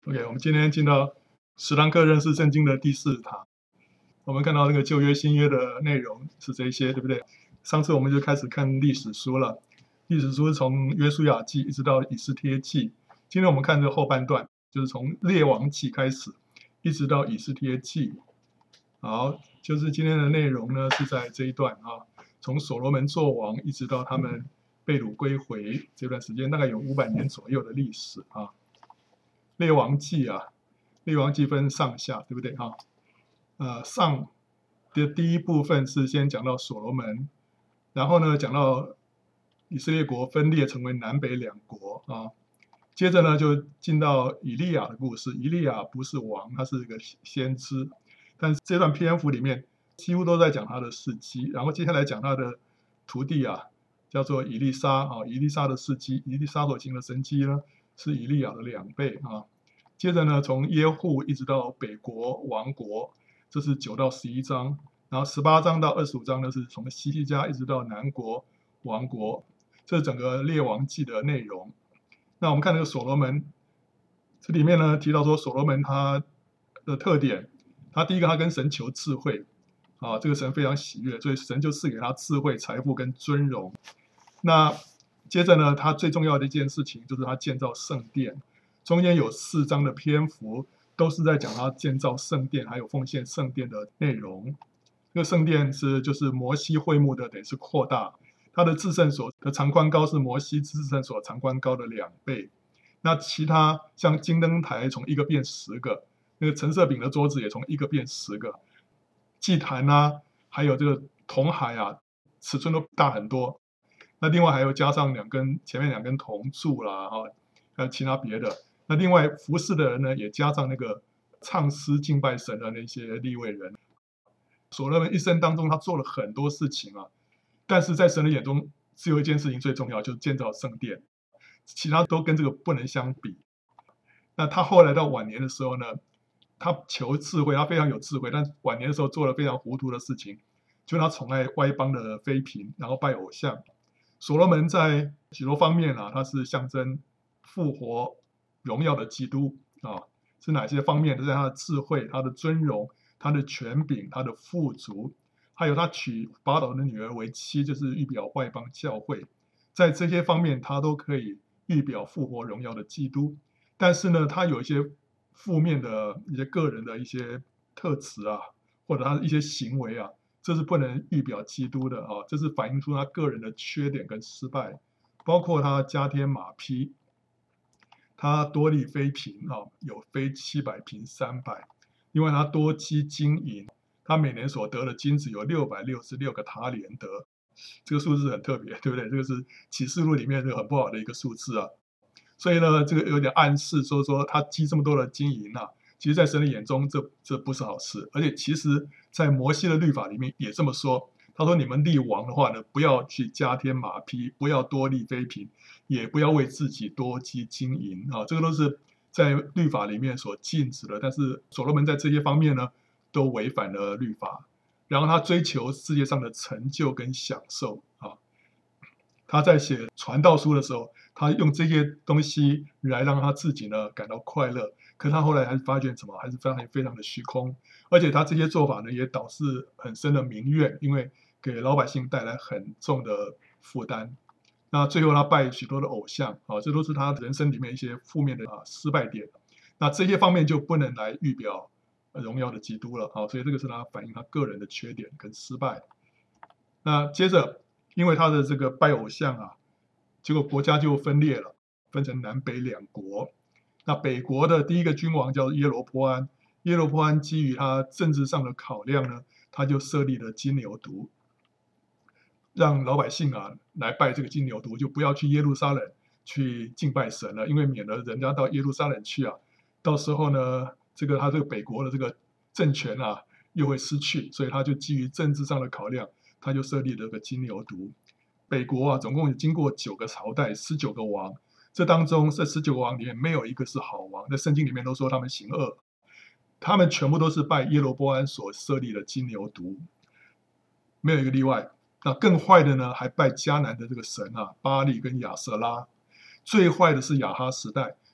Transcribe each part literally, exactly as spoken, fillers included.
OK，我们今天进到史堂课认识圣经的第四堂。我们看到那个旧约、新约的内容是这些，对不对？上次我们就开始看历史书了，历史书是从约书亚记一直到以斯帖记。今天我们看这个后半段，就是从列王记开始，一直到以斯帖记。好，就是今天的内容呢是在这一段啊，从所罗门作王一直到他们被掳归回这段时间，大概有五百年左右的历史啊。列王记啊，列王记分上下，对不对哈？呃，上的第一部分是先讲到所罗门，然后呢讲到以色列国分裂成为南北两国啊，接着呢就进到以利亚的故事。以利亚不是王，他是一个先知，但是这段篇幅里面几乎都在讲他的事迹。然后接下来讲他的徒弟啊，叫做以利沙啊，以利沙的事迹，以利沙所行的神迹呢是以利亚的两倍啊。接着呢，从耶户一直到北国王国，这是九到十一章，然后十八章到二十五章呢是从西西家一直到南国王国，这是整个列王记的内容。那我们看那个所罗门，这里面呢提到说所罗门他的特点，他第一个他跟神求智慧啊，这个神非常喜悦，所以神就赐给他智慧、财富跟尊荣。那接着呢，他最重要的一件事情就是他建造圣殿。中间有四章的篇幅都是在讲他建造圣殿还有奉献圣殿的内容。这个圣殿是就是摩西会幕的等于是扩大，它的至圣所的长宽高是摩西至圣所长宽高的两倍。那其他像金灯台从一个变十个，那个陈设饼的桌子也从一个变十个，祭坛啊还有这个铜海啊尺寸都大很多。那另外还有加上两根前面两根铜柱啦，哈，还有其他别的。那另外服侍的人呢，也加上那个唱诗敬拜神的那些利未人。所罗门一生当中，他做了很多事情啊，但是在神的眼中，只有一件事情最重要，就是建造圣殿，其他都跟这个不能相比。那他后来到晚年的时候呢，他求智慧，他非常有智慧，但晚年的时候做了非常糊涂的事情，就他宠爱外邦的妃嫔，然后拜偶像。所罗门在许多方面啊，他是象征复活荣耀的基督啊，是哪些方面？在他的智慧、他的尊荣、他的权柄、他的富足，还有他娶法老的女儿为妻，就是预表外邦教会。在这些方面，他都可以预表复活荣耀的基督。但是呢，他有一些负面的一些个人的一些特质啊，或者他的一些行为啊，这是不能预表基督的啊，这是反映出他个人的缺点跟失败，包括他加添马匹。他多利妃嫔啊，有妃七百嫔三百，另外他多积金银，他每年所得的金子有六百六十六个塔连德，这个数字很特别，对不对？这个是启示录里面这个很不好的一个数字啊。所以呢，这个有点暗示说说他积这么多的金银啊，其实在神的眼中这这不是好事，而且其实在摩西的律法里面也这么说。他说：“你们立王的话呢，不要去加添马匹，不要多立妃嫔，也不要为自己多积金银啊。”这个都是在律法里面所禁止的。但是所罗门在这些方面呢，都违反了律法。然后他追求世界上的成就跟享受啊。他在写传道书的时候，他用这些东西来让他自己呢感到快乐。可他后来还是发现什么，还是非常非常的虚空。而且他这些做法呢，也导致很深的民怨，因为给老百姓带来很重的负担。那最后他拜许多的偶像啊，这都是他人生里面一些负面的啊失败点。那这些方面就不能来预表荣耀的基督了啊，所以这个是他反映他个人的缺点跟失败。那接着，因为他的这个拜偶像啊，结果国家就分裂了，分成南北两国。那北国的第一个君王叫耶罗波安，耶罗波安基于他政治上的考量呢，他就设立了金牛犊，让老百姓啊来拜这个金牛犊，就不要去耶路撒冷去敬拜神了，因为免得人家到耶路撒冷去啊，到时候呢，这个他这个北国的这个政权啊又会失去，所以他就基于政治上的考量，他就设立了这个金牛犊。北国啊，总共经过九个朝代，十九个王。这当中，这十九个王里面没有一个是好王，在圣经里面都说他们行恶，他们全部都是拜耶罗波安所设立的金牛犊，没有一个例外。那更坏的呢，还拜迦南的这个神啊，巴利跟亚瑟拉。最坏的是亚哈时代，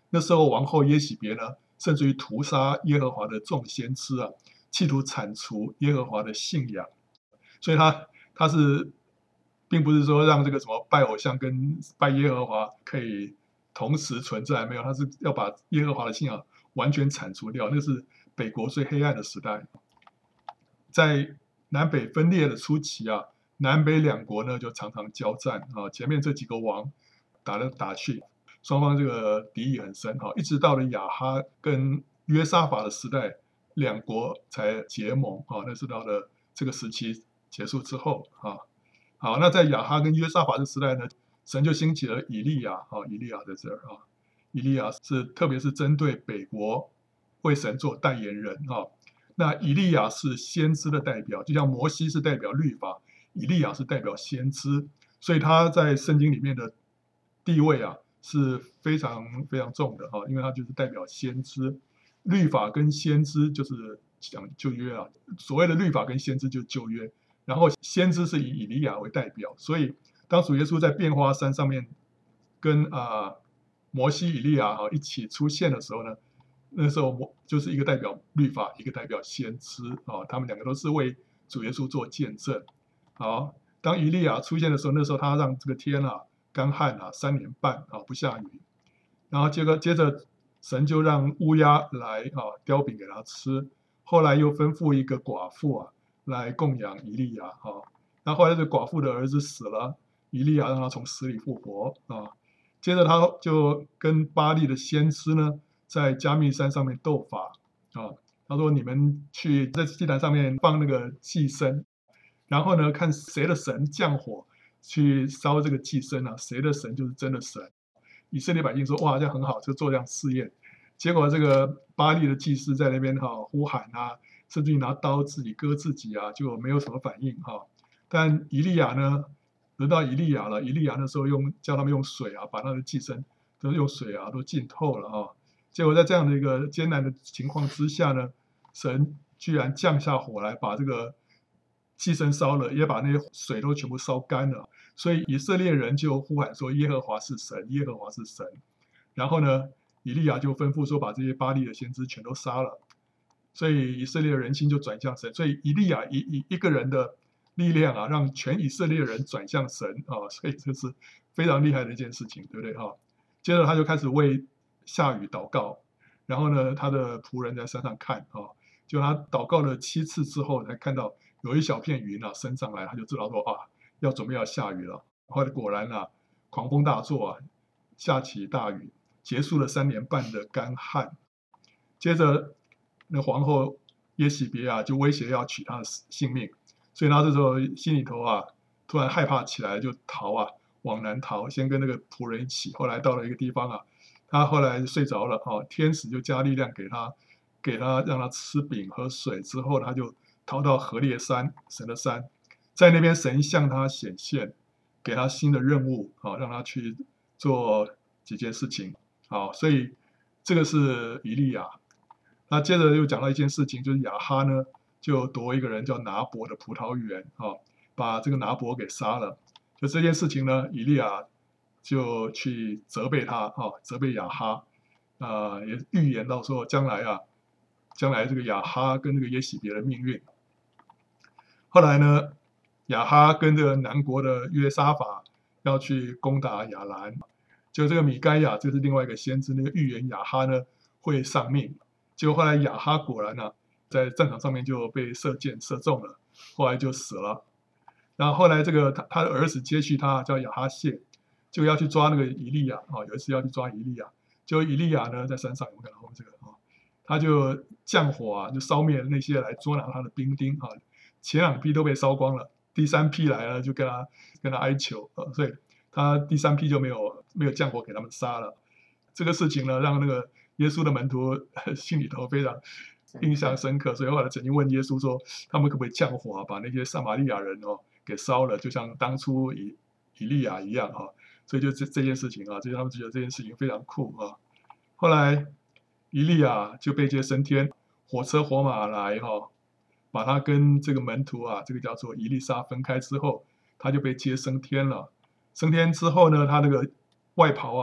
那时候王后耶洗别呢，甚至于屠杀耶和华的众先知啊，企图铲除耶和华的信仰。所以他他是并不是说让这个什么拜偶像跟拜耶和华可以同时存在，没有，他是要把耶和华的信仰完全铲除掉。那是北国最黑暗的时代。在南北分裂的初期啊，南北两国呢就常常交战啊，前面这几个王打来打去，双方这个敌意很深哈，一直到了亚哈跟约沙法的时代，两国才结盟啊，那是到了这个时期结束之后啊。好，那在亚哈跟约沙法的时代呢，神就兴起了以利亚啊，以利亚在这儿啊，以利亚是特别是针对北国为神做代言人啊。那以利亚是先知的代表，就像摩西是代表律法，以利亚是代表先知，所以他在圣经里面的地位啊是非常非常重的啊，因为他就是代表先知。律法跟先知就是讲旧约啊，所谓的律法跟先知就是旧约，然后先知是以以利亚为代表，所以当主耶稣在变化山上面跟啊、呃、摩西、以利亚啊一起出现的时候呢，那时候就是一个代表律法，一个代表先知啊，他们两个都是为主耶稣做见证。好，当以利亚出现的时候，那时候他让这个天啊干旱啊三年半啊不下雨，然后接着接着神就让乌鸦来啊叼饼给他吃，后来又吩咐一个寡妇啊来供养以利亚啊，那后来这个寡妇的儿子死了，以利亚让他从死里复活啊，接着他就跟巴力的先知呢。在加密山上面斗法啊，他说你们去在祭坛上面放那个祭牲，然后呢看谁的神降火去烧这个祭牲啊，谁的神就是真的神。以色列百姓说哇这样很好，就做这样试验。结果这个巴力的祭司在那边哈、啊、呼喊啊，甚至于拿刀自己割自己啊，就没有什么反应哈、啊。但以利亚呢，轮到以利亚了，以利亚那时候用叫他们用水啊，把他的祭牲都用水啊都浸透了啊。结果在这样的一个艰难的情况之下呢，神居然降下火来，把这个祭牲烧了，也把那些水都全部烧干了。所以以色列人就呼喊说：“耶和华是神，耶和华是神。”然后呢，以利亚就吩咐说，把这些巴力的先知全都杀了。所以以色列人心就转向神。所以以利亚一一一个人的力量啊，让全以色列人转向神啊，所以这是非常厉害的一件事情，对不对哈？接着他就开始为下雨祷告，然后呢，他的仆人在山上看啊，就他祷告了七次之后，才看到有一小片云啊升上来，他就知道说啊，要准备要下雨了。后来果然啊，狂风大作啊，下起大雨，结束了三年半的干旱。接着，那皇后耶洗别啊，就威胁要取他的性命，所以他这时候心里头啊，突然害怕起来，就逃啊，往南逃，先跟那个仆人一起，后来到了一个地方啊。他后来睡着了啊，天使就加力量给他，给他让他吃饼和水之后，他就逃到何烈山，神的山，在那边神向他显现，给他新的任务啊，让他去做几件事情啊，所以这个是以利亚。那接着又讲到一件事情，就是亚哈呢就夺一个人叫拿伯的葡萄园啊，把这个拿伯给杀了。就这件事情呢，以利亚就去责备他啊，责备亚哈，啊、呃，也预言到说将来啊，将来这个亚哈跟这个耶洗别的命运。后来呢，亚哈跟这个南国的约沙法要去攻打亚兰，就这个米该亚就是另外一个先知，那个预言亚哈呢会丧命。结果后来亚哈果然呢、啊，在战场上面就被射箭射中了，后来就死了。然后后来这个他他的儿子接续他，叫亚哈谢。就要去抓那个以利亚啊，有一次要去抓以利亚，就以利亚呢在山上，有没有看到后面这个啊？他就降火啊，就烧灭了那些来捉拿他的兵丁啊。前两批都被烧光了，第三批来了就跟他跟他哀求啊，所以他第三批就没有没有降火给他们杀了。这个事情呢，让那个耶稣的门徒心里头非常印象深刻，所以后来曾经问耶稣说，他们可不可以降火啊，把那些撒玛利亚人哦给烧了，就像当初以以利亚一样啊。所以就这这件事情啊，就他们觉得这件事情非常酷啊。后来以利亚就被接升天，火车火马来哈、哦，把他跟这个门徒啊，这个叫做以利沙分开之后，他就被接升天了。升天之后呢，他那个外袍啊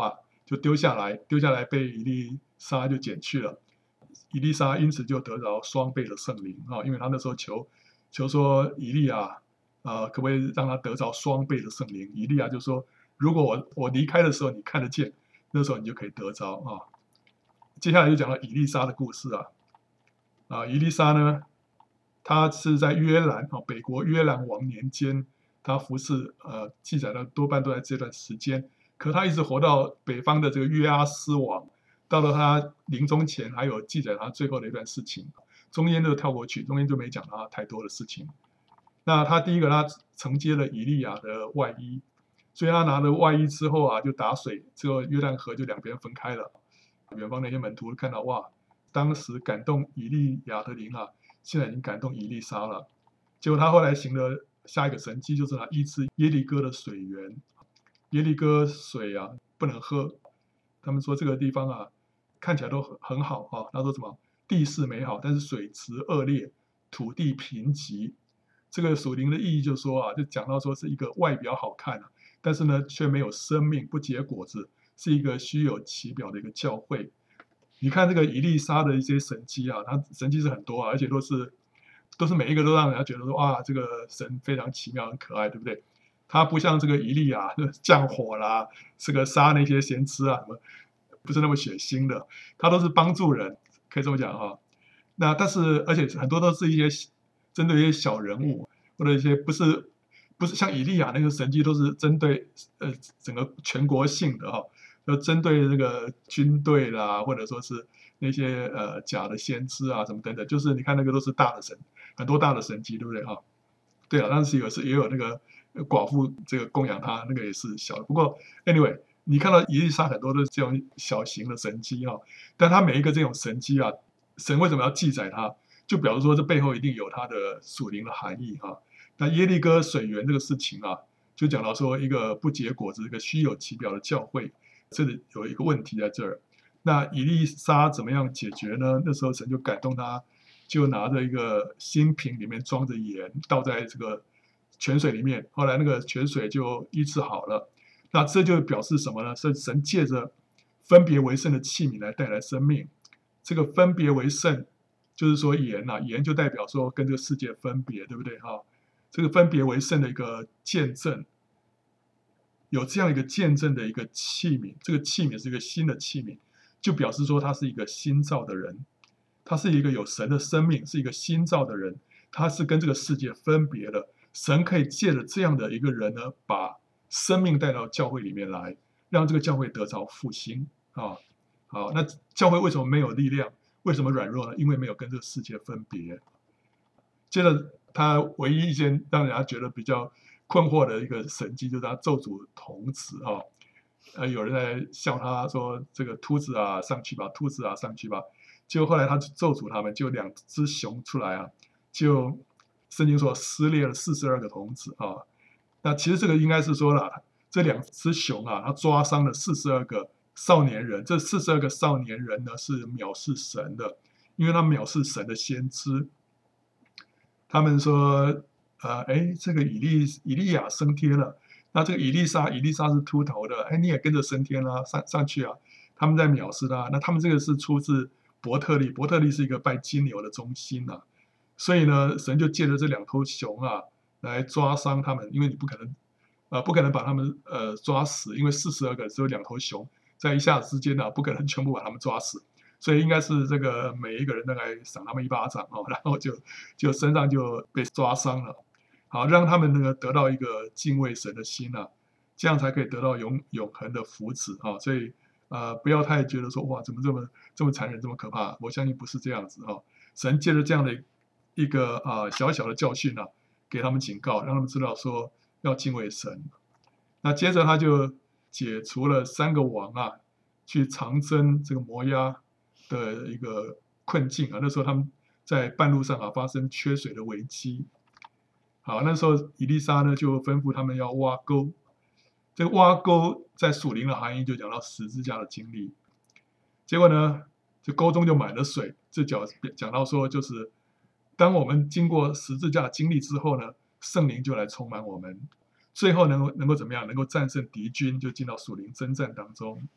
就丢下来，丢下来被以利沙就捡去了。以利沙因此就得着双倍的圣灵啊，因为他那时候求求说以利亚，呃，可不可以让他得着双倍的圣灵？以利亚就说，如果我我离开的时候你看得见，那时候你就可以得着啊。接下来就讲到以利沙的故事啊，啊，以利沙呢，他是在约兰啊，北国约兰王年间，他服侍呃，记载的多半都在这段时间。可他一直活到北方的这个约阿斯王，到了他临终前，还有记载他最后的一段事情，中间就跳过去，中间就没讲他太多的事情。那他第一个，他承接了以利亚的外衣，所以他拿了外衣之后啊，就打水，之后约旦河就两边分开了。远方那些门徒看到，哇，当时感动以利亚的灵啊，现在已经感动以利沙了。结果他后来行了下一个神迹，就是他医治耶利哥的水源。耶利哥水啊不能喝，他们说这个地方啊看起来都很很好啊。他说什么地势美好，但是水质恶劣，土地贫瘠。这个属灵的意义就是说啊，就讲到说是一个外表好看啊，但是呢却没有生命，不结果子，是一个虚有其表的一个教会。你看这个以利沙的一些神迹啊，它神迹是很多啊，而且都是都是每一个都让人家觉得说哇，这个神非常奇妙、很可爱，对不对？他不像这个以利亚降火啦，这个杀那些先知啊，什么不是那么血腥的，他都是帮助人，可以这么讲哈。那但是而且很多都是一些针对一些小人物，或者一些不是不是像以利亚那个神迹都是针对呃整个全国性的哈，就针对那个军队啦，或者说是那些呃假的先知啊什么等等，就是你看那个都是大的神，很多大的神迹，对不对哈？对啊，但是有是也有那个寡妇这个供养他，那个也是小的。不过 anyway， 你看到以利沙很多的这种小型的神迹啊，但他每一个这种神迹啊，神为什么要记载它？就表示说这背后一定有它的属灵的含义哈。那耶利哥水源这个事情啊，就讲到说一个不结果子、一个虚有其表的教会，这里有一个问题在这儿。那以利沙怎么样解决呢？那时候神就感动他。就拿着一个新瓶，里面装着盐，倒在这个泉水里面。后来那个泉水就医治好了。那这就表示什么呢？是神借着分别为圣的器皿来带来生命。这个分别为圣，就是说盐啊，盐就代表说跟这个世界分别，对不对哈？这个分别为圣的一个见证，有这样一个见证的一个器皿，这个器皿是一个新的器皿，就表示说他是一个新造的人。他是一个有神的生命，是一个新造的人，他是跟这个世界分别的。神可以借着这样的一个人呢，把生命带到教会里面来，让这个教会得着复兴啊。好，那教会为什么没有力量？为什么软弱呢？因为没有跟这个世界分别。接着，他唯一一件让人家觉得比较困惑的一个神迹，就是他咒诅童子啊。呃，有人在笑他说：“这个秃子啊，上去吧！秃子啊，上去吧！”结果后来他就咒诅他们，就两只熊出来啊，就圣经说撕裂了四十二个童子啊。那其实这个应该是说了，这两只熊啊，它抓伤了四十二个少年人。这四十二个少年人呢，是藐视神的，因为他藐视神的先知。他们说，呃，哎，这个以利以利亚升天了，那这个以利沙，以利沙是秃头的，哎，你也跟着升天了，上上去啊。他们在藐视他，那他们这个是出自伯特利，伯特利是一个拜金牛的中心啊，所以呢，神就借着这两头熊啊来抓伤他们，因为你不可能，呃，不可能把他们呃抓死，因为四十二个只有两头熊，在一下子之间呢、啊，不可能全部把他们抓死，所以应该是这个每一个人大概赏他们一巴掌哦，然后就就身上就被抓伤了，好让他们那个得到一个敬畏神的心啊，这样才可以得到永永恒的福祉啊，所以。呃，不要太觉得说哇，怎么这么这么残忍，这么可怕？我相信不是这样子哈、哦。神借着这样的一个啊、呃、小小的教训呢、啊，给他们警告，让他们知道说要敬畏神。那接着他就解除了三个王啊，去长征这个摩押的一个困境啊。那时候他们在半路上啊发生缺水的危机。好，那时候以利沙呢就吩咐他们要挖沟。这个挖沟在属灵的含义就讲到十字架的经历，结果呢，这沟中就满了水。这讲讲到说，就是当我们经过十字架的经历之后呢，圣灵就来充满我们，最后能够能够怎么样？能够战胜敌军，就进到属灵征战当中。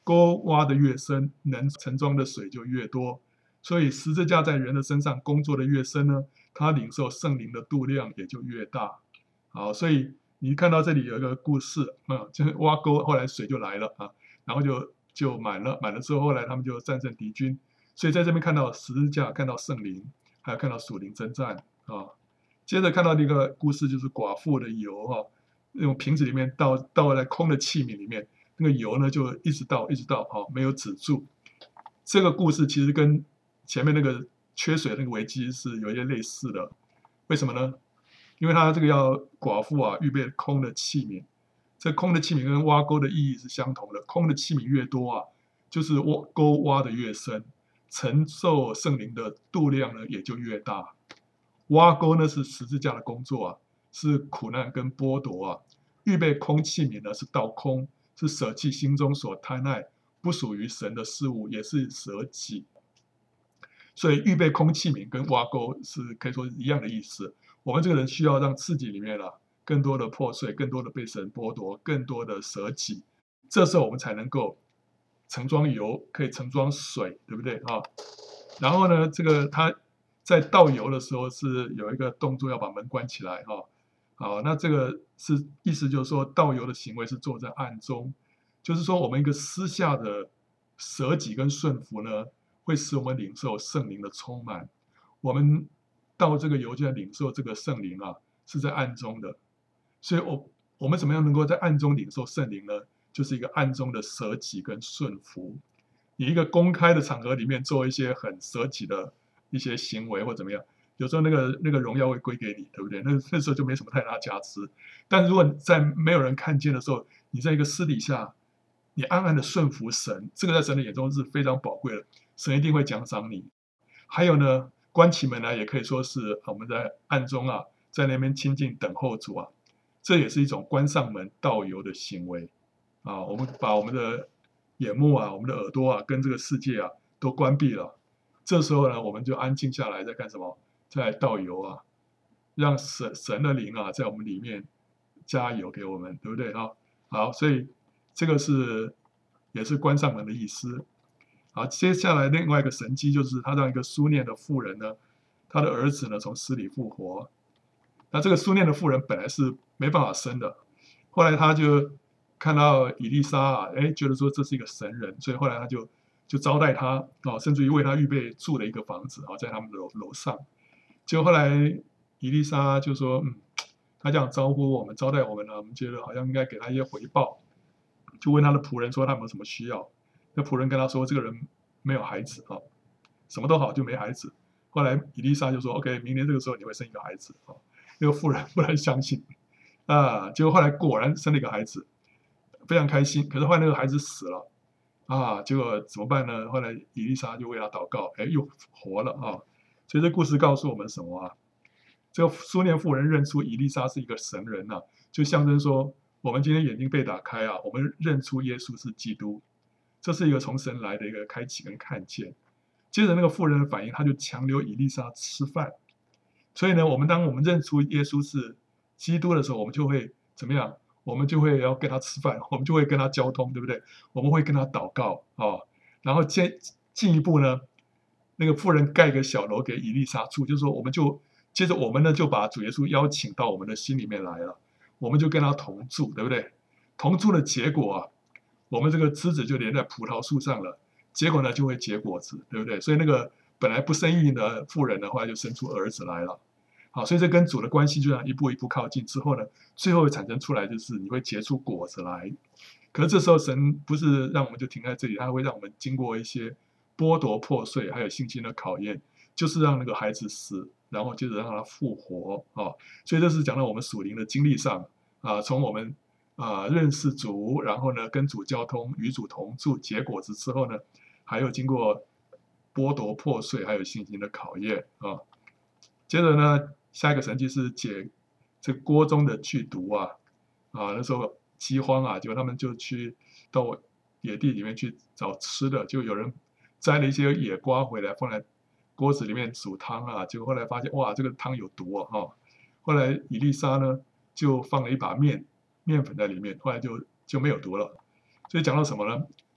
沟挖的越深，能盛装的水就越多。所以十字架在人的身上工作的越深呢，他领受圣灵的度量也就越大。好，所以你看到这里有一个故事，嗯，就是挖沟，后来水就来了啊，然后就就满了，满了之后，后来他们就战胜敌军。所以在这边看到十字架，看到圣灵，还有看到属灵征战啊。接着看到那个故事，就是寡妇的油哈、啊，那种瓶子里面倒倒在空的器皿里面，那个油呢就一直倒一直倒啊，没有止住。这个故事其实跟前面那个缺水那个危机是有一些类似的。为什么呢？因为他这个要寡妇啊预备空的器皿，这空的器皿跟挖沟的意义是相同的。空的器皿越多啊，就是挖沟挖的越深，承受圣灵的度量呢也就越大。挖沟呢是十字架的工作啊，是苦难跟剥夺啊。预备空器皿呢是倒空，是舍弃心中所贪爱不属于神的事物，也是舍己。所以预备空器皿跟挖沟是可以说是一样的意思。我们这个人需要让自己里面啊更多的破碎，更多的被神剥夺，更多的舍己，这时候我们才能够盛装油，可以盛装水，对不对啊？然后呢，这个他在倒油的时候是有一个动作要把门关起来哈。好，那这个是意思就是说倒油的行为是做在暗中，就是说我们一个私下的舍己跟顺服呢，会使我们领受圣灵的充满。我们倒这个油就在领受这个圣灵啊，是在暗中的。所以我我们怎么样能够在暗中领受圣灵呢？就是一个暗中的舍己跟顺服。你一个公开的场合里面做一些很舍己的一些行为或怎么样，有时候那个那个荣耀会归给你，对不对？那那时候就没什么太大价值。但如果在没有人看见的时候，你在一个私底下，你暗暗的顺服神，这个在神的眼中是非常宝贵的，神一定会奖赏你。还有呢，关起门来也可以说是我们在暗中啊，在那边亲近等候主啊，这也是一种关上门道游的行为啊。我们把我们的眼目啊，我们的耳朵啊，跟这个世界啊都关闭了。这时候呢，我们就安静下来，在干什么？在道游啊，让神神的灵啊，在我们里面加油给我们，对不对啊？好，所以这个是也是关上门的意思。好，接下来另外一个神迹就是他让一个苏念的妇人呢，他的儿子呢从死里复活。那这个苏念的妇人本来是没办法生的，后来他就看到以利沙啊，哎，觉得说这是一个神人，所以后来他就就招待他啊，甚至于为他预备住了一个房子啊，在他们的楼楼上。结果后来以利沙就说，嗯，他这样招呼我们，招待我们呢，我们觉得好像应该给他一些回报，就问他的仆人说他有没有什么需要。那仆人跟他说，这个人没有孩子啊，什么都好，就没孩子。后来以利沙就说 ：“OK， 明年这个时候你会生一个孩子啊。”那个妇人不能相信啊，结果后来果然生了一个孩子，非常开心。可是后来那个孩子死了啊，结果怎么办呢？后来以利沙就为他祷告，哎，又活了啊。所以这故事告诉我们什么啊？这个苏念妇人认出以利沙是一个神人呐、啊，就象征说，我们今天眼睛被打开啊，我们认出耶稣是基督，这是一个从神来的一个开启跟看见。接着那个妇人的反应，他就强留以利沙吃饭。所以呢，我们当我们认出耶稣是基督的时候，我们就会怎么样？我们就会要跟他吃饭，我们就会跟他交通，对不对？我们会跟他祷告啊、哦，然后进进一步呢，那个妇人盖个小楼给以利沙住，就是说，我们就接着我们呢就把主耶稣邀请到我们的心里面来了，我们就跟他同住，对不对？同住的结果啊，我们这个枝子就连在葡萄树上了，结果呢就会结果子，对不对？所以那个本来不生育的妇人的话，就生出儿子来了。好，所以这跟主的关系就这样一步一步靠近之后呢，最后产生出来就是你会结出果子来。可是这时候神不是让我们就停在这里，他会让我们经过一些剥夺、破碎，还有信心的考验，就是让那个孩子死，然后接着让他复活啊、哦。所以这是讲到我们属灵的经历上啊，从我们啊认识主，然后呢跟主交通，与主同住，结果子之后呢，还有经过剥夺、破碎，还有信心的考验啊。接着呢，下一个神迹是解这锅中的剧毒啊啊，那时候饥荒啊，结果他们就去到野地里面去找吃的，就有人摘了一些野瓜回来，放在锅子里面煮汤啊，结果后来发现哇，这个汤有毒啊！哦、后来以利沙呢就放了一把面面粉在里面，后来就就没有毒了。所以讲到什么呢？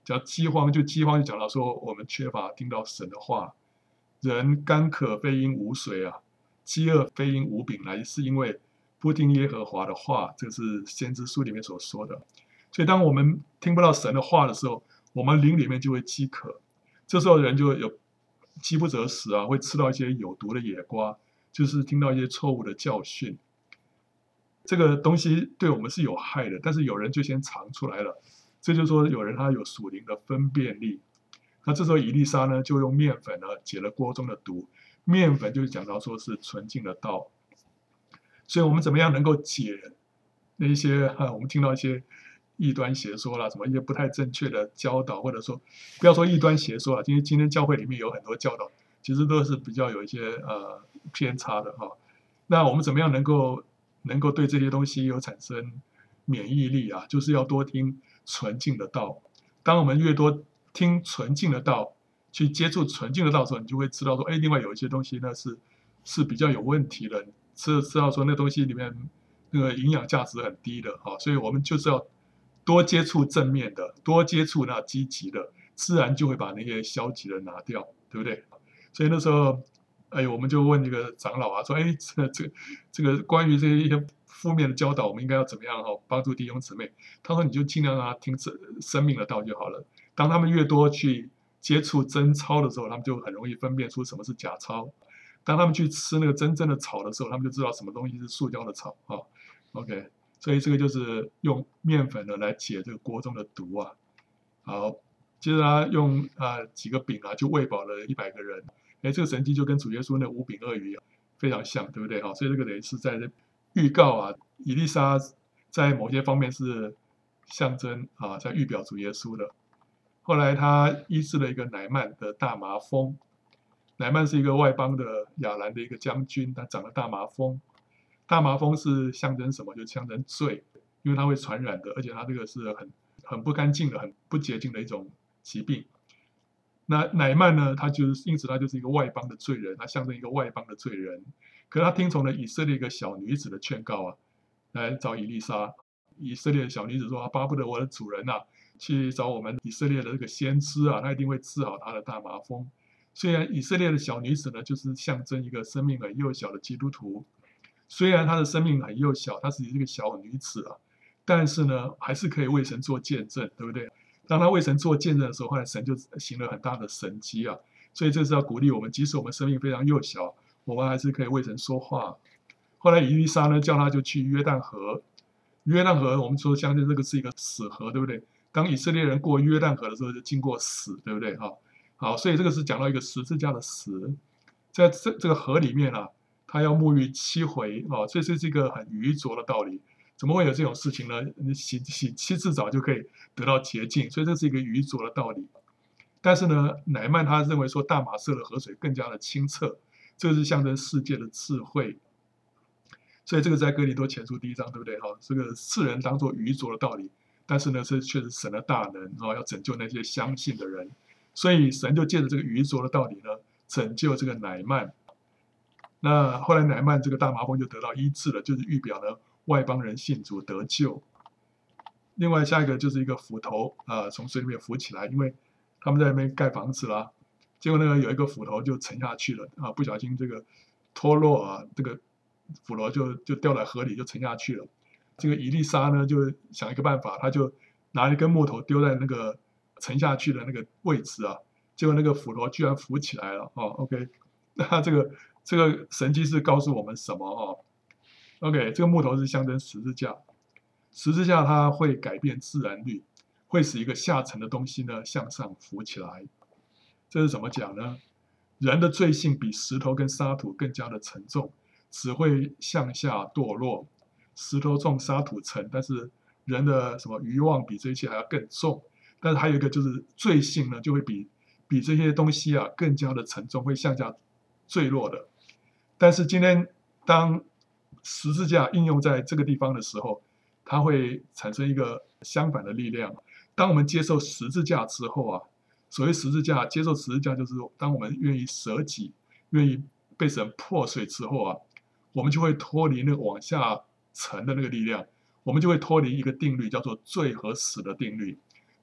讲饥荒，就饥荒就讲到说我们缺乏听到神的话，人干渴非因无水啊，饥饿非因无饼，来是因为不听耶和华的话，这是先知书里面所说的。所以当我们听不到神的话的时候，我们灵里面就会饥渴，这时候人就有饥不择食啊，会吃到一些有毒的野瓜，就是听到一些错误的教训。这个东西对我们是有害的，但是有人就先尝出来了，这就是说有人他有属灵的分辨力。那这时候以利沙呢，就用面粉呢解了锅中的毒，面粉就是讲到说是纯净的道。所以我们怎么样能够解那一些啊，我们听到一些异端邪说啦，什么一些不太正确的教导，或者说不要说异端邪说了，因为今天教会里面有很多教导，其实都是比较有一些呃偏差的哈。那我们怎么样能够能够对这些东西有产生免疫力啊？就是要多听纯净的道。当我们越多听纯净的道，去接触纯净的道的时候，你就会知道说，哎，另外有一些东西呢是是比较有问题的，知知道说那东西里面那个营养价值很低的啊，所以我们就是要多接触正面的，多接触那积极的，自然就会把那些消极的拿掉，对不对？所以那时候，哎，我们就问这个长老啊，说，哎，这这这个关于这一些负面的教导，我们应该要怎么样哦，帮助弟兄姊妹？他说，你就尽量让他听生生命的道就好了。当他们越多去接触真钞的时候，他们就很容易分辨出什么是假钞。当他们去吃那个真正的草的时候，他们就知道什么东西是塑胶的草啊。OK， 所以这个就是用面粉呢来解这个锅中的毒啊。好，接着他用啊、呃、几个饼啊，就喂饱了一百个人。哎，这个神迹就跟主耶稣那五饼二鱼、啊、非常像，对不对？好，所以这个等于是在预告啊，以利沙在某些方面是象征啊，在预表主耶稣的。后来他医治了一个乃曼的大麻风。乃曼是一个外邦的亚兰的一个将军，他长了大麻风。大麻风是象征什么？就象征罪，因为它会传染的，而且它这个是很很不干净的、很不洁净的一种疾病。那乃曼呢，他就是因此他就是一个外邦的罪人，他象征一个外邦的罪人。可是他听从了以色列一个小女子的劝告啊，来找以利沙。以色列的小女子说：“啊，巴不得我的主人啊，去找我们以色列的这个先知啊，他一定会治好他的大麻风。”虽然以色列的小女子呢，就是象征一个生命很幼小的基督徒，虽然她的生命很幼小，她是一个小女子啊，但是呢，还是可以为神做见证，对不对？当她为神做见证的时候，后来神就行了很大的神迹啊，所以这是要鼓励我们，即使我们生命非常幼小，我们还是可以为神说话。后来以利沙呢，叫他就去约旦河，约旦河我们说相信这个是一个死河，对不对？当以色列人过约旦河的时候，就经过死，对不对？哈。好，所以这个是讲到一个十字架的死，在这这个河里面啊，他要沐浴七回啊，这是一个很愚拙的道理。怎么会有这种事情呢？你洗洗七次澡就可以得到洁净，所以这是一个愚拙的道理。但是呢，乃曼他认为说大马色的河水更加的清澈，这个是象征世界的智慧。所以这个在哥林多前书第一章，对不对？哈，这个世人当作愚拙的道理，但是呢，这却是神的大能啊，要拯救那些相信的人。所以神就借着这个愚拙的道理呢，拯救这个乃曼。那后来乃曼这个大麻风就得到医治了，就是预表呢外邦人信主得救。另外下一个就是一个斧头啊、呃，从水里面浮起来，因为他们在那边盖房子啦，结果呢有一个斧头就沉下去了啊，不小心这个脱落啊，这个斧头就就掉在河里就沉下去了。这个以利沙呢就想一个办法，他就拿一根木头丢在那个沉下去的那个位置啊，结果那个斧头居然浮起来了哦。OK， 那这个这个神迹是告诉我们什么哦 ？OK， 这个木头是象征十字架，十字架它会改变自然律，会使一个下沉的东西呢向上浮起来。这是怎么讲呢？人的罪性比石头跟沙土更加的沉重，只会向下堕落。石头重，沙土沉，但是人的什么欲望比这一切还要更重。但是还有一个就是罪性呢，就会比比这些东西啊更加的沉重，会向下坠落的。但是今天当十字架应用在这个地方的时候，它会产生一个相反的力量。当我们接受十字架之后啊，所谓十字架，接受十字架就是当我们愿意舍己，愿意被神破碎之后啊，我们就会脱离那个往下沉的那个力量，我们就会脱离一个定律，叫做罪和死的定律。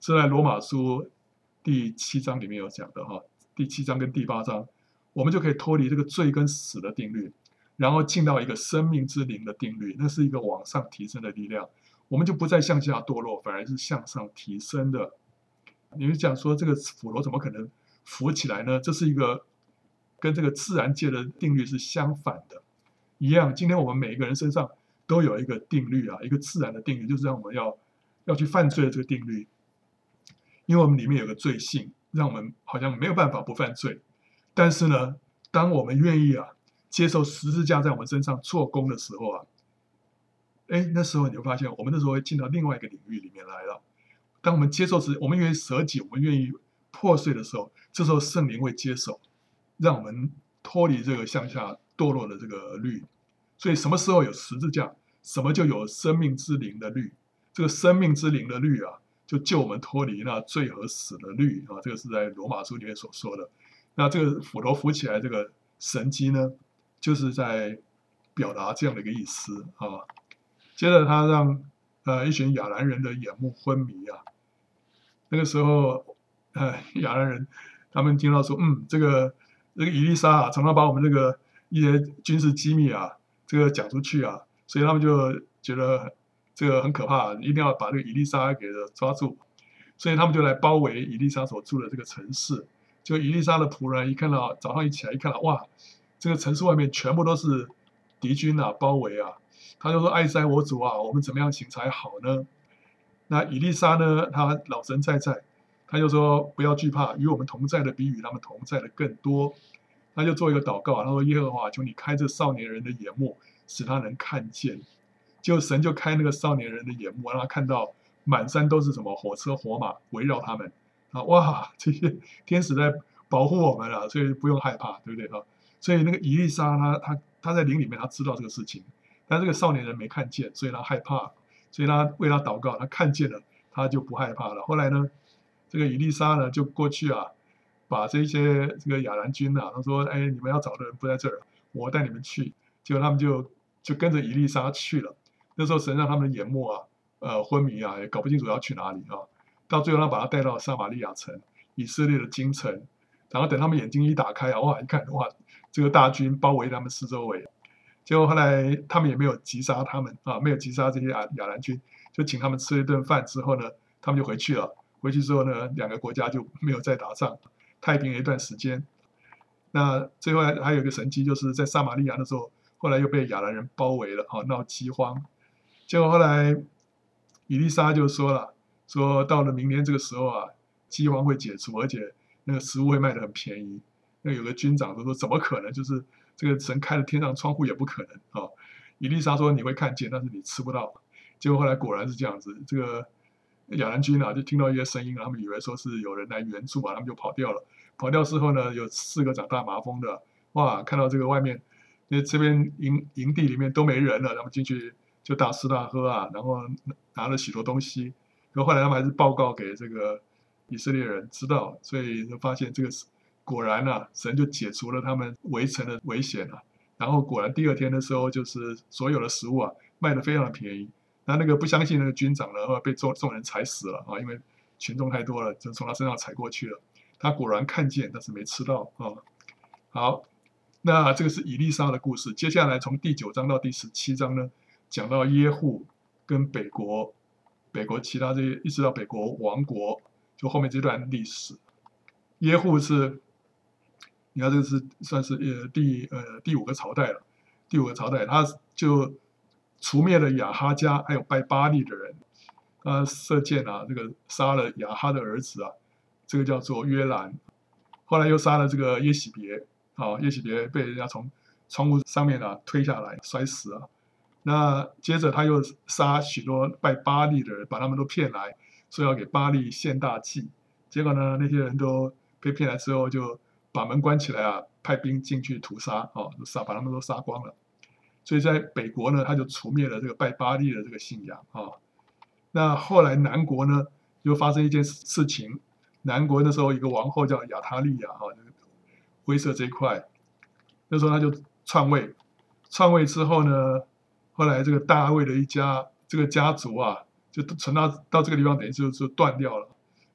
是在罗马书第七章里面有讲的哈，第七章跟第八章，我们就可以脱离这个罪跟死的定律，然后进到一个生命之灵的定律，那是一个往上提升的力量，我们就不再向下堕落，反而是向上提升的。你就讲说这个腐螺怎么可能浮起来呢？这是一个跟这个自然界的定律是相反的。一样，今天我们每一个人身上都有一个定律啊，一个自然的定律，就是让我们要要去犯罪的这个定律。因为我们里面有个罪性，让我们好像没有办法不犯罪。但是呢，当我们愿意啊接受十字架在我们身上做工的时候啊，哎，那时候你会发现，我们那时候会进到另外一个领域里面来了。当我们接受时，我们愿意舍己，我们愿意破碎的时候，这时候圣灵会接手，让我们脱离这个向下堕落的这个律。所以什么时候有十字架，什么就有生命之灵的律。这个生命之灵的律啊，就救我们脱离那罪和死的律啊。这个是在罗马书里面所说的。那这个斧头浮起来这个神迹呢，就是在表达这样的一个意思啊。接着他让呃一群亚兰人的眼目昏迷啊。那个时候，呃，亚兰人他们听到说，嗯，这个这个以利沙啊，常常把我们这个一些军事机密啊，这个讲出去啊，所以他们就觉得这个很可怕，一定要把这个以利沙给抓住，所以他们就来包围以利沙所住的这个城市。就以利沙的仆人一看到，早上一起来一看到，哇，这个城市外面全部都是敌军啊，包围啊，他就说：“哀哉我主啊，我们怎么样行才好呢？”那以利沙呢，他老神在在，他就说：“不要惧怕，与我们同在的比与他们同在的更多。”他就做一个祷告，他说：“耶和华，求你开这少年人的眼目，使他能看见。”就神就开那个少年人的眼目，让他看到满山都是什么火车火马围绕他们啊！哇，这些天使在保护我们了，所以不用害怕，对不对啊？所以那个以利沙他他他在灵里面他知道这个事情，但这个少年人没看见，所以他害怕。所以他为他祷告，他看见了，他就不害怕了。后来呢，这个以利沙呢就过去啊，把这些这个亚兰军啊，他说：“哎，你们要找的人不在这儿，我带你们去。”结果他们就就跟着以利沙去了。那时候神让他们的眼目啊，呃，昏迷啊，也搞不清楚要去哪里啊。到最后，他把他带到撒玛利亚城，以色列的京城。然后等他们眼睛一打开啊，哇，一看哇，这个大军包围他们四周围。结果后来他们也没有击杀他们啊，没有击杀这些亚亚兰军，就请他们吃了一顿饭之后呢，他们就回去了。回去之后呢，两个国家就没有再打仗，太平了一段时间。那最后还有一个神迹，就是在撒玛利亚的时候，后来又被亚兰人包围了，啊，闹饥荒。结果后来以利沙就说了，说到了明年这个时候啊，饥荒会解除，而且那个食物会卖得很便宜。那有个军长就说：“怎么可能？就是这个神开了天上窗户也不可能啊！”以利沙说：“你会看见，但是你吃不到。”结果后来果然是这样子。这个亚兰军啊，就听到一些声音，他们以为说是有人来援助啊，他们就跑掉了。跑掉之后呢，有四个长大麻风的，哇，看到这个外面，那这边营营地里面都没人了，他们进去就大吃大喝啊，然后拿了许多东西。可后来他们还是报告给这个以色列人知道，所以就发现这个果然啊，神就解除了他们围城的危险了。然后果然第二天的时候，就是所有的食物啊卖得非常的便宜。那那个不相信那个军长呢，后来被众众人踩死了啊，因为群众太多了，就从他身上踩过去了。他果然看见，但是没吃到啊。好，那这个是以利沙的故事。接下来从第九章到第十七章呢，讲到耶户跟北国，北国其他这些，一直到北国王国，就后面这段历史。耶户是，你看这个是算是呃第呃第五个朝代了，第五个朝代，他就除灭了亚哈家还有拜巴力的人，他射箭啊，这个杀了亚哈的儿子啊，这个叫做约兰，后来又杀了这个耶喜别啊，耶喜别被人家从窗户上面啊推下来摔死啊。那接着他又杀许多拜巴力的人，把他们都骗来，说要给巴力献大祭。结果呢，那些人都被骗来之后，就把门关起来啊，派兵进去屠杀啊，杀把他们都杀光了。所以在北国呢，他就除灭了这个拜巴力的这个信仰啊。那后来南国呢，又发生一件事情，南国那时候一个王后叫亚他利亚啊，灰色这一块，那时候他就篡位，篡位之后呢，后来这个大卫的一家这个家族啊，就传到到这个地方，等于就就断掉了。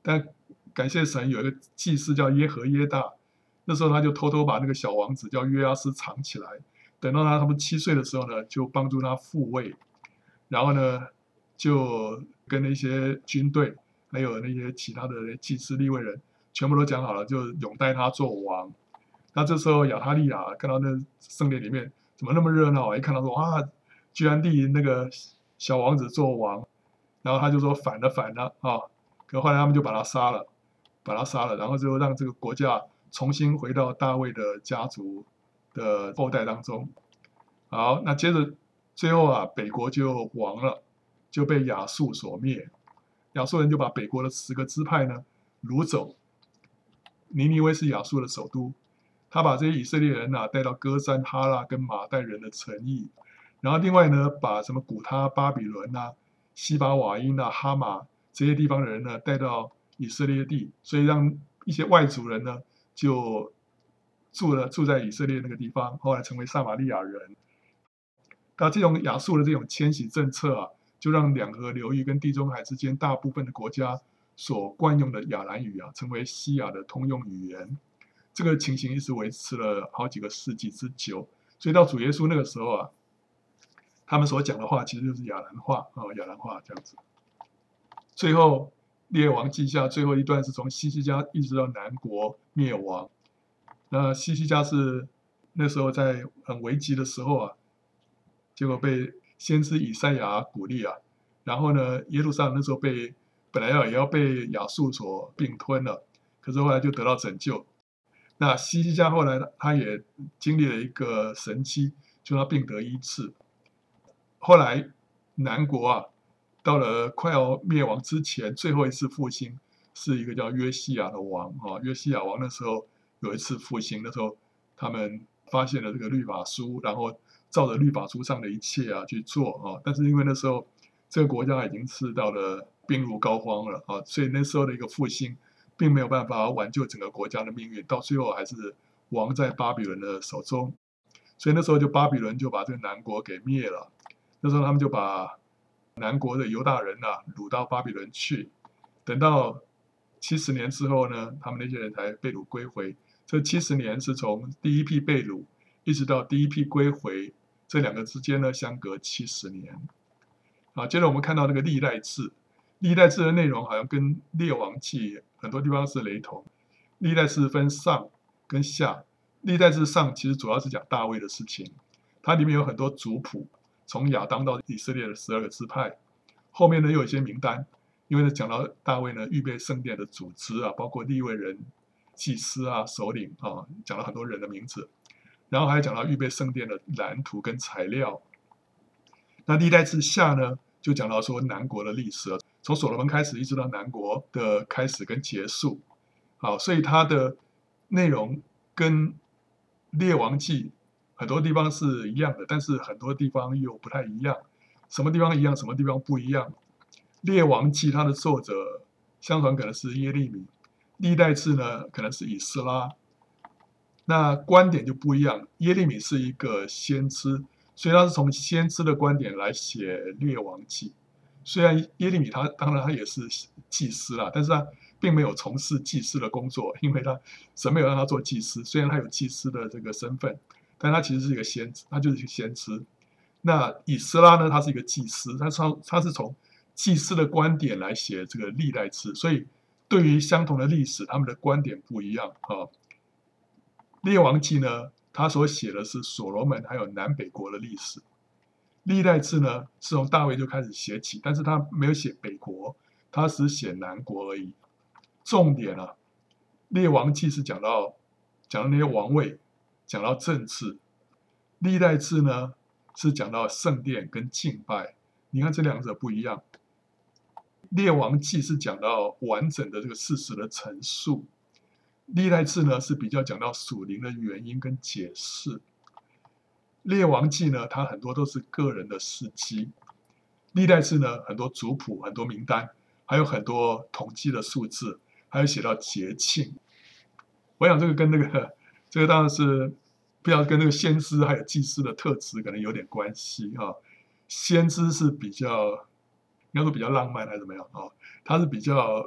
但感谢神有一个祭司叫耶和耶大，那时候他就偷偷把那个小王子叫约阿斯藏起来，等到他他们七岁的时候呢，就帮助他复位，然后呢就跟那些军队还有那些其他的祭司利未人全部都讲好了，就拥戴他做王。那这时候亚他利亚看到那圣殿里面怎么那么热闹啊，一看到说哇，居然立那个小王子做王，然后他就说反了反了啊，可后来他们就把他杀了，把他杀了，然后就让这个国家重新回到大卫的家族的后代当中。好，那接着最后啊，北国就亡了，就被亚述所灭。亚述人就把北国的十个支派呢掳走，尼尼微是亚述的首都。他把这些以色列人啊带到歌珊、哈拉跟马代人的城邑，然后另外呢，把什么古他、巴比伦啊、西巴瓦因啊、哈马这些地方的人呢带到以色列地，所以让一些外族人呢就住了住在以色列那个地方，后来成为撒玛利亚人。那这种亚述的这种迁徙政策啊，就让两河流域跟地中海之间大部分的国家所惯用的亚兰语啊，成为西亚的通用语言。这个情形一直维持了好几个世纪之久，所以到主耶稣那个时候啊，他们所讲的话其实就是亚兰话啊、哦，亚兰话这样子。最后列王记下最后一段是从西西家一直到南国灭亡。那西西家是那时候在很危急的时候啊，结果被先知以赛亚鼓励啊，然后呢，耶路撒冷那时候被本来要也要被亚述所并吞了，可是后来就得到拯救。那西西家后来他也经历了一个神迹，就他病得医治。后来南国啊，到了快要灭亡之前，最后一次复兴是一个叫约西亚的王啊。约西亚王那时候有一次复兴，那时候他们发现了这个律法书，然后照着律法书上的一切啊去做啊。但是因为那时候这个国家已经是到了病入膏肓了啊，所以那时候的一个复兴并没有办法挽救整个国家的命运，到最后还是亡在巴比伦的手中。所以那时候就巴比伦就把这个南国给灭了。那时候他们就把南国的犹大人啊掳到巴比伦去，等到七十年之后呢，他们那些人才被掳归回。这七十年是从第一批被掳一直到第一批归回，这两个之间呢相隔七十年。啊，接着我们看到那个历代志，历代志的内容好像跟列王记很多地方是雷同。历代志分上跟下，历代志上其实主要是讲大卫的事情，它里面有很多族谱，从亚当到以色列的十二个支派。后面呢又有一些名单，因为呢讲到大卫呢预备圣殿的组织啊，包括利未人、祭司啊、首领啊，讲了很多人的名字，然后还讲到预备圣殿的蓝图跟材料。那历代志下呢，就讲到说南国的历史，从所罗门开始一直到南国的开始跟结束。好，所以它的内容跟列王记很多地方是一样的，但是很多地方又不太一样。什么地方一样，什么地方不一样？列王记它的作者相传可能是耶利米，历代志呢可能是以斯拉。那观点就不一样，耶利米是一个先知，所以他是从先知的观点来写列王记。虽然耶利米他当然他也是祭司啦，但是他并没有从事祭司的工作，因为他神没有让他做祭司。虽然他有祭司的这个身份，但他其实是一个先知，他就是一个先知。那以斯拉呢，他是一个祭司，他从他是从祭司的观点来写这个历代志，所以对于相同的历史，他们的观点不一样啊。列王记呢，他所写的是所罗门还有南北国的历史。历代志呢，是从大卫就开始写起，但是他没有写北国，他只写南国而已。重点啊，列王记是讲到讲到那些王位，讲到政治；历代志呢是讲到圣殿跟敬拜。你看这两者不一样。列王记是讲到完整的这个事实的陈述，历代志呢是比较讲到属灵的原因跟解释。列王记呢，它很多都是个人的事迹；历代志呢，很多族谱、很多名单，还有很多统计的数字，还有写到节庆。我想这个跟那个这个当然是不要跟那个先知还有祭司的特质可能有点关系啊。先知是比较应该说比较浪漫还是怎么样啊？他是比较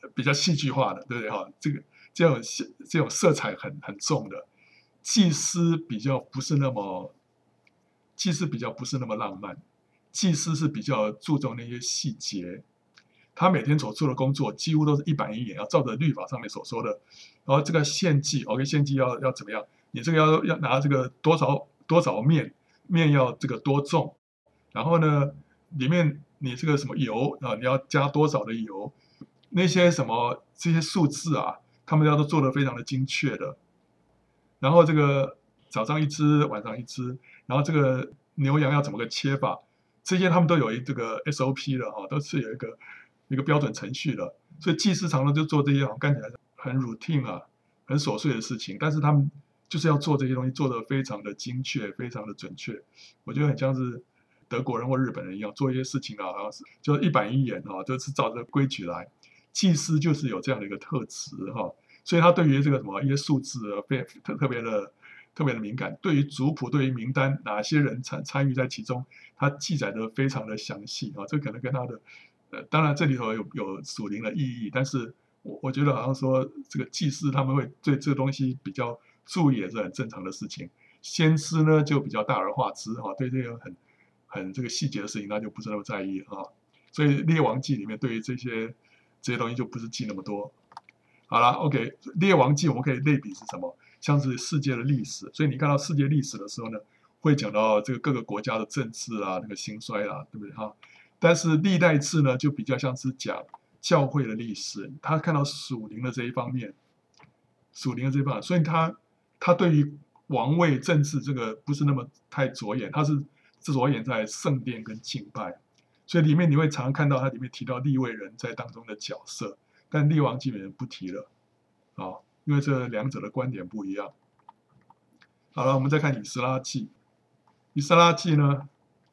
比较戏剧化的，对不对哈？这个这种这种色彩很很重的，祭司比较不是那么，祭司比较不是那么浪漫，祭司是比较注重那些细节。他每天所做的工作几乎都是一板一眼，要照着律法上面所说的。然后这个献祭 ，OK， 献祭要要怎么样？你这个要要拿这个多少多少面，面要这个多重，然后呢，里面你这个什么油啊，你要加多少的油，那些什么这些数字啊，他们要都做得非常的精确的。然后这个早上一只，晚上一只，然后这个牛羊要怎么个切法，这些他们都有一这个 S O P 的哈，都是有一个一个标准程序的。所以祭司常常就做这些，看起来很 routine 啊，很琐碎的事情，但是他们就是要做这些东西，做得非常的精确，非常的准确。我觉得很像是德国人或日本人一样，做一些事情啊，好像是就一板一眼啊，就是照着规矩来。祭司就是有这样的一个特质哈。所以他对于这个什么一些数字非特特别的特别的敏感，对于族谱、对于名单哪些人参参与在其中，他记载的非常的详细啊。这可能跟他的呃，当然这里头有有属灵的意义，但是我我觉得好像说这个祭司他们会对这个东西比较注意，也是很正常的事情。先知呢就比较大而化之哈，对这个很很这个细节的事情他就不是那么在意啊。所以列王记里面对于这些这些东西就不是记那么多。好了 ，OK， 列王记我们可以类比是什么？像是世界的历史，所以你看到世界历史的时候呢，会讲到这个各个国家的政治啊，那个兴衰啊，对不对哈？但是历代志呢，就比较像是讲教会的历史，他看到属灵的这一方面，属灵的这一方面，所以他他对于王位政治这个不是那么太着眼，他是着眼在圣殿跟敬拜，所以里面你会常常看到它里面提到利未人在当中的角色。但列王记里面不提了，啊，因为这两者的观点不一样。好了，我们再看以斯拉记。以斯拉记呢，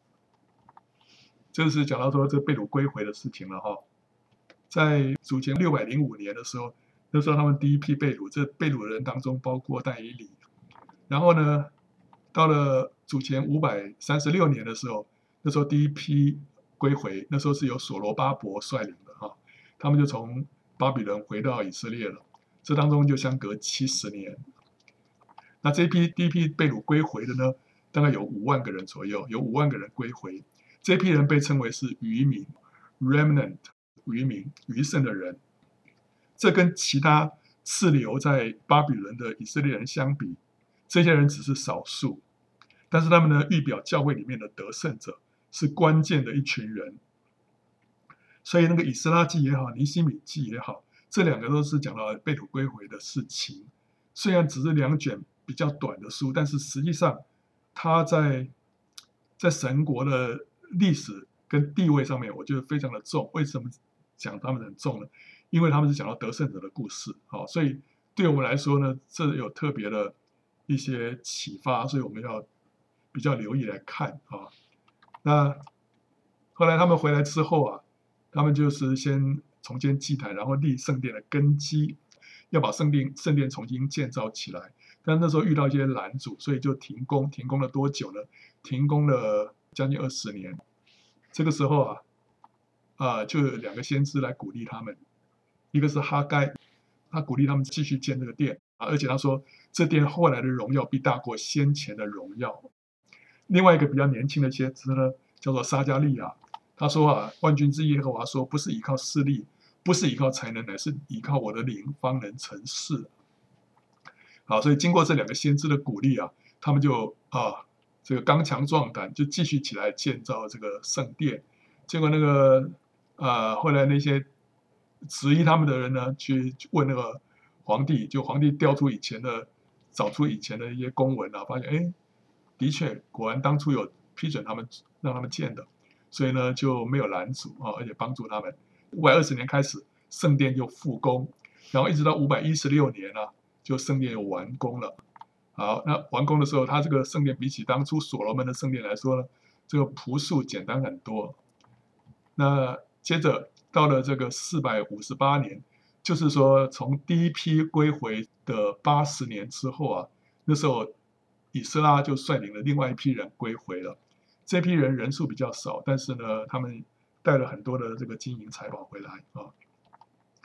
这是讲到说这被掳归回的事情了哈。在主前六百零五年的时候，那时候他们第一批被掳，这被掳的人当中包括但以理。然后呢，到了主前五百三十六年的时候，那时候第一批归回，那时候是由所罗巴伯率领的哈，他们就从巴比伦回到以色列了，这当中就相隔七十年。那这一批第一批被掳归回的呢，大概有五万个人左右，有五万个人归回。这批人被称为是余民 （remnant）， 余民、余剩的人。这跟其他滞留在巴比伦的以色列人相比，这些人只是少数，但是他们呢，预表教会里面的得胜者，是关键的一群人。所以那个以斯拉记也好，尼希米记也好，这两个都是讲到被掳归回的事情。虽然只是两卷比较短的书，但是实际上它在在神国的历史跟地位上面，我觉得非常的重。为什么讲他们很重呢？因为他们是讲到得胜者的故事，好，所以对我们来说呢，这有特别的一些启发，所以我们要比较留意来看啊。那后来他们回来之后啊。他们就是先重建祭坛，然后立圣殿的根基，要把圣殿圣殿重新建造起来。但那时候遇到一些拦阻，所以就停工。停工了多久呢？停工了将近二十年。这个时候啊，啊，就有两个先知来鼓励他们，一个是哈该，他鼓励他们继续建这个殿啊，而且他说这殿后来的荣耀必大过先前的荣耀。另外一个比较年轻的先知呢，叫做撒迦利亚。他说啊，万军之耶和华说，不是依靠势力，不是依靠才能，乃是依靠我的灵，方能成事。好，所以经过这两个先知的鼓励啊，他们就啊，这个刚强壮胆，就继续起来建造这个圣殿。结果那个啊，后来那些质疑他们的人呢，去问那个皇帝，就皇帝调出以前的，找出以前的一些公文啊，发现哎，的确，果然当初有批准他们让他们建的。所以呢，就没有拦阻啊，而且帮助他们。五百二十年开始，圣殿就复工，然后一直到五百一十六年啊，就圣殿又完工了。好，那完工的时候，它这个圣殿比起当初所罗门的圣殿来说呢，这个朴素简单很多。那接着到了这个四百五十八年，就是说从第一批归回的八十年之后啊，那时候以斯拉就率领了另外一批人归回了。这批人人数比较少，但是呢，他们带了很多的这个金银财宝回来啊。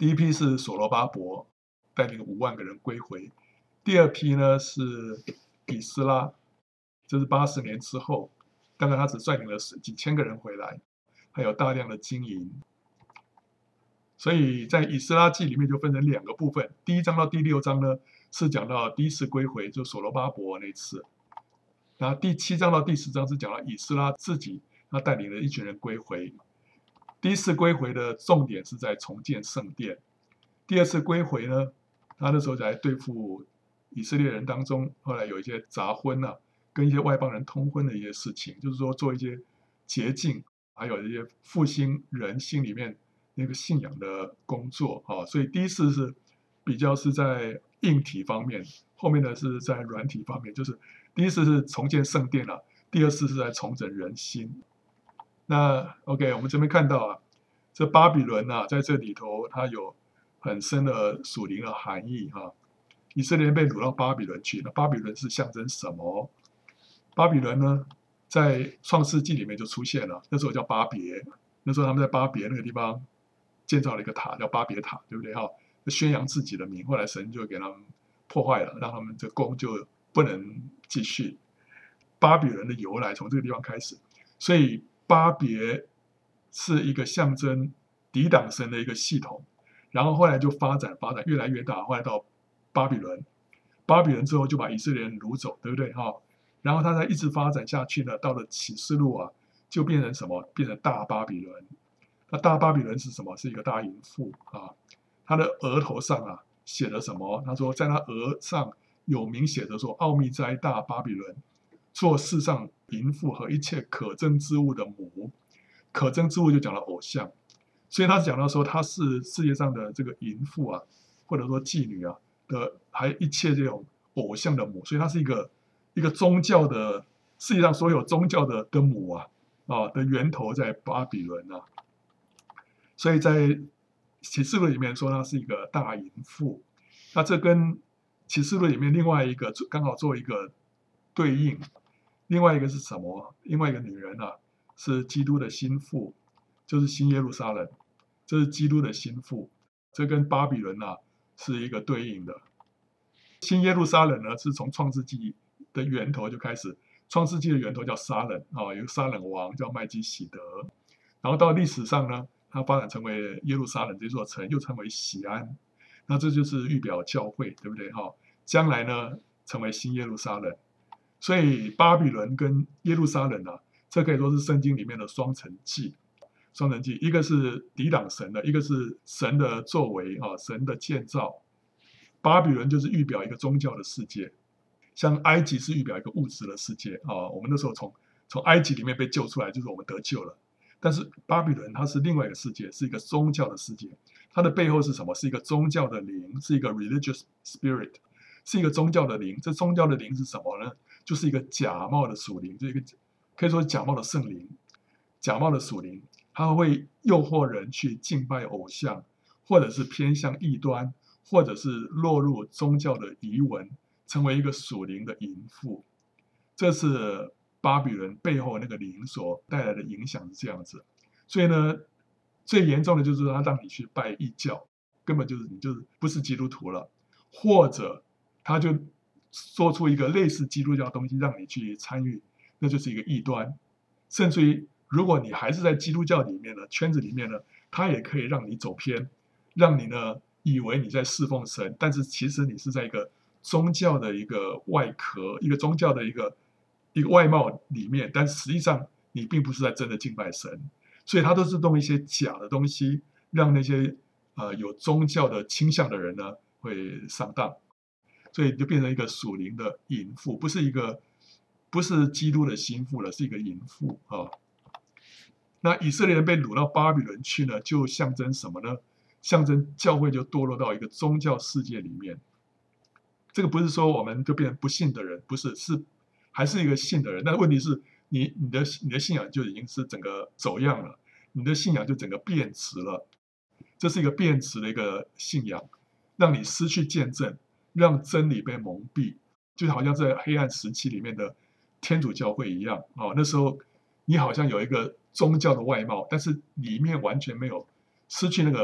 第一批是所罗巴伯带领五万个人归回，第二批呢是以斯拉，这是八十年之后，当然他只率领了几千个人回来，还有大量的金银。所以在以斯拉记里面就分成两个部分，第一章到第六章呢是讲到第一次归回，就所罗巴伯那次，然后第七章到第十章是讲到以斯拉自己，他带领了一群人归回。第一次归回的重点是在重建圣殿，第二次归回呢，他那时候在对付以色列人当中，后来有一些杂婚啊，跟一些外邦人通婚的一些事情，就是说做一些洁净，还有一些复兴人心里面那个信仰的工作啊。所以第一次是比较是在硬体方面，后面呢是在软体方面，就是第一次是重建圣殿啊，第二次是在重整人心。那 OK， 我们这边看到啊，这巴比伦啊，在这里头它有很深的属灵的含义哈。以色列人被掳到巴比伦去，那巴比伦是象征什么？巴比伦呢，在创世纪里面就出现了，那时候叫巴别，那时候他们在巴别那个地方建造了一个塔，叫巴别塔，对不对哈？宣扬自己的名，后来神就给他们破坏了，让他们这宫就不能继续。巴比伦的由来从这个地方开始，所以巴别是一个象征抵挡神的一个系统，然后后来就发展发展越来越大，后来到巴比伦，巴比伦之后就把以色列人掳走，对不对哈？然后他才一直发展下去呢，到了启示录啊，就变成什么？变成大巴比伦。那大巴比伦是什么？是一个大淫妇啊，他的额头上啊写了什么？他说，在他额上有名写着说：“奥秘哉大巴比伦，做世上淫妇和一切可憎之物的母。”可憎之物就讲了偶像，所以他讲到说他是世界上的这个淫妇啊，或者说妓女啊的，还一切这种偶像的母，所以他是一个一个宗教的世界上所有宗教的的母啊啊的源头在巴比伦啊，所以在启示录里面说他是一个大淫妇，那这跟启示录里面另外一个刚好做一个对应，另外一个是什么？另外一个女人啊，是基督的心腹，就是新耶路撒冷，这是基督的心腹，这跟巴比伦啊是一个对应的。新耶路撒冷呢，是从创世纪的源头就开始，创世纪的源头叫撒冷啊，有个撒冷王叫麦基洗德，然后到历史上呢，它发展成为耶路撒冷这座城，又称为锡安，那这就是预表教会，对不对哈？将来呢，成为新耶路撒冷，所以巴比伦跟耶路撒冷啊，这可以说是圣经里面的双城记。双城记，一个是抵挡神的，一个是神的作为啊，神的建造。巴比伦就是预表一个宗教的世界，像埃及是预表一个物质的世界啊。我们那时候从从埃及里面被救出来，就是我们得救了。但是巴比伦它是另外一个世界，是一个宗教的世界。它的背后是什么？是一个宗教的灵，是一个 religious spirit， 是一个宗教的灵。这宗教的灵是什么呢？就是一个假冒的属灵，就是一个可以说是假冒的圣灵，假冒的属灵。它会诱惑人去敬拜偶像，或者是偏向异端，或者是落入宗教的遗文，成为一个属灵的淫妇。这是巴比伦背后那个灵所带来的影响是这样子。所以呢，最严重的就是他让你去拜异教，根本就是你就是不是基督徒了，或者他就做出一个类似基督教的东西让你去参与，那就是一个异端，甚至于如果你还是在基督教里面的圈子里面呢，它也可以让你走偏，让你呢以为你在侍奉神，但是其实你是在一个宗教的一个外壳，一个宗教的一个一个外貌里面，但实际上你并不是在真的敬拜神，所以他都是用一些假的东西，让那些呃有宗教的倾向的人呢会上当，所以就变成一个属灵的淫妇，不是一个不是基督的心腹了，是一个淫妇啊。那以色列人被掳到巴比伦去呢，就象征什么呢？象征教会就堕落到一个宗教世界里面。这个不是说我们就变成不信的人，不是，是还是一个信的人。但问题是你你的你的信仰就已经是整个走样了，你的信仰就整个变质了。这是一个变质的一个信仰，让你失去见证，让真理被蒙蔽，就好像在黑暗时期里面的天主教会一样啊。那时候你好像有一个宗教的外貌，但是里面完全没有，失去那个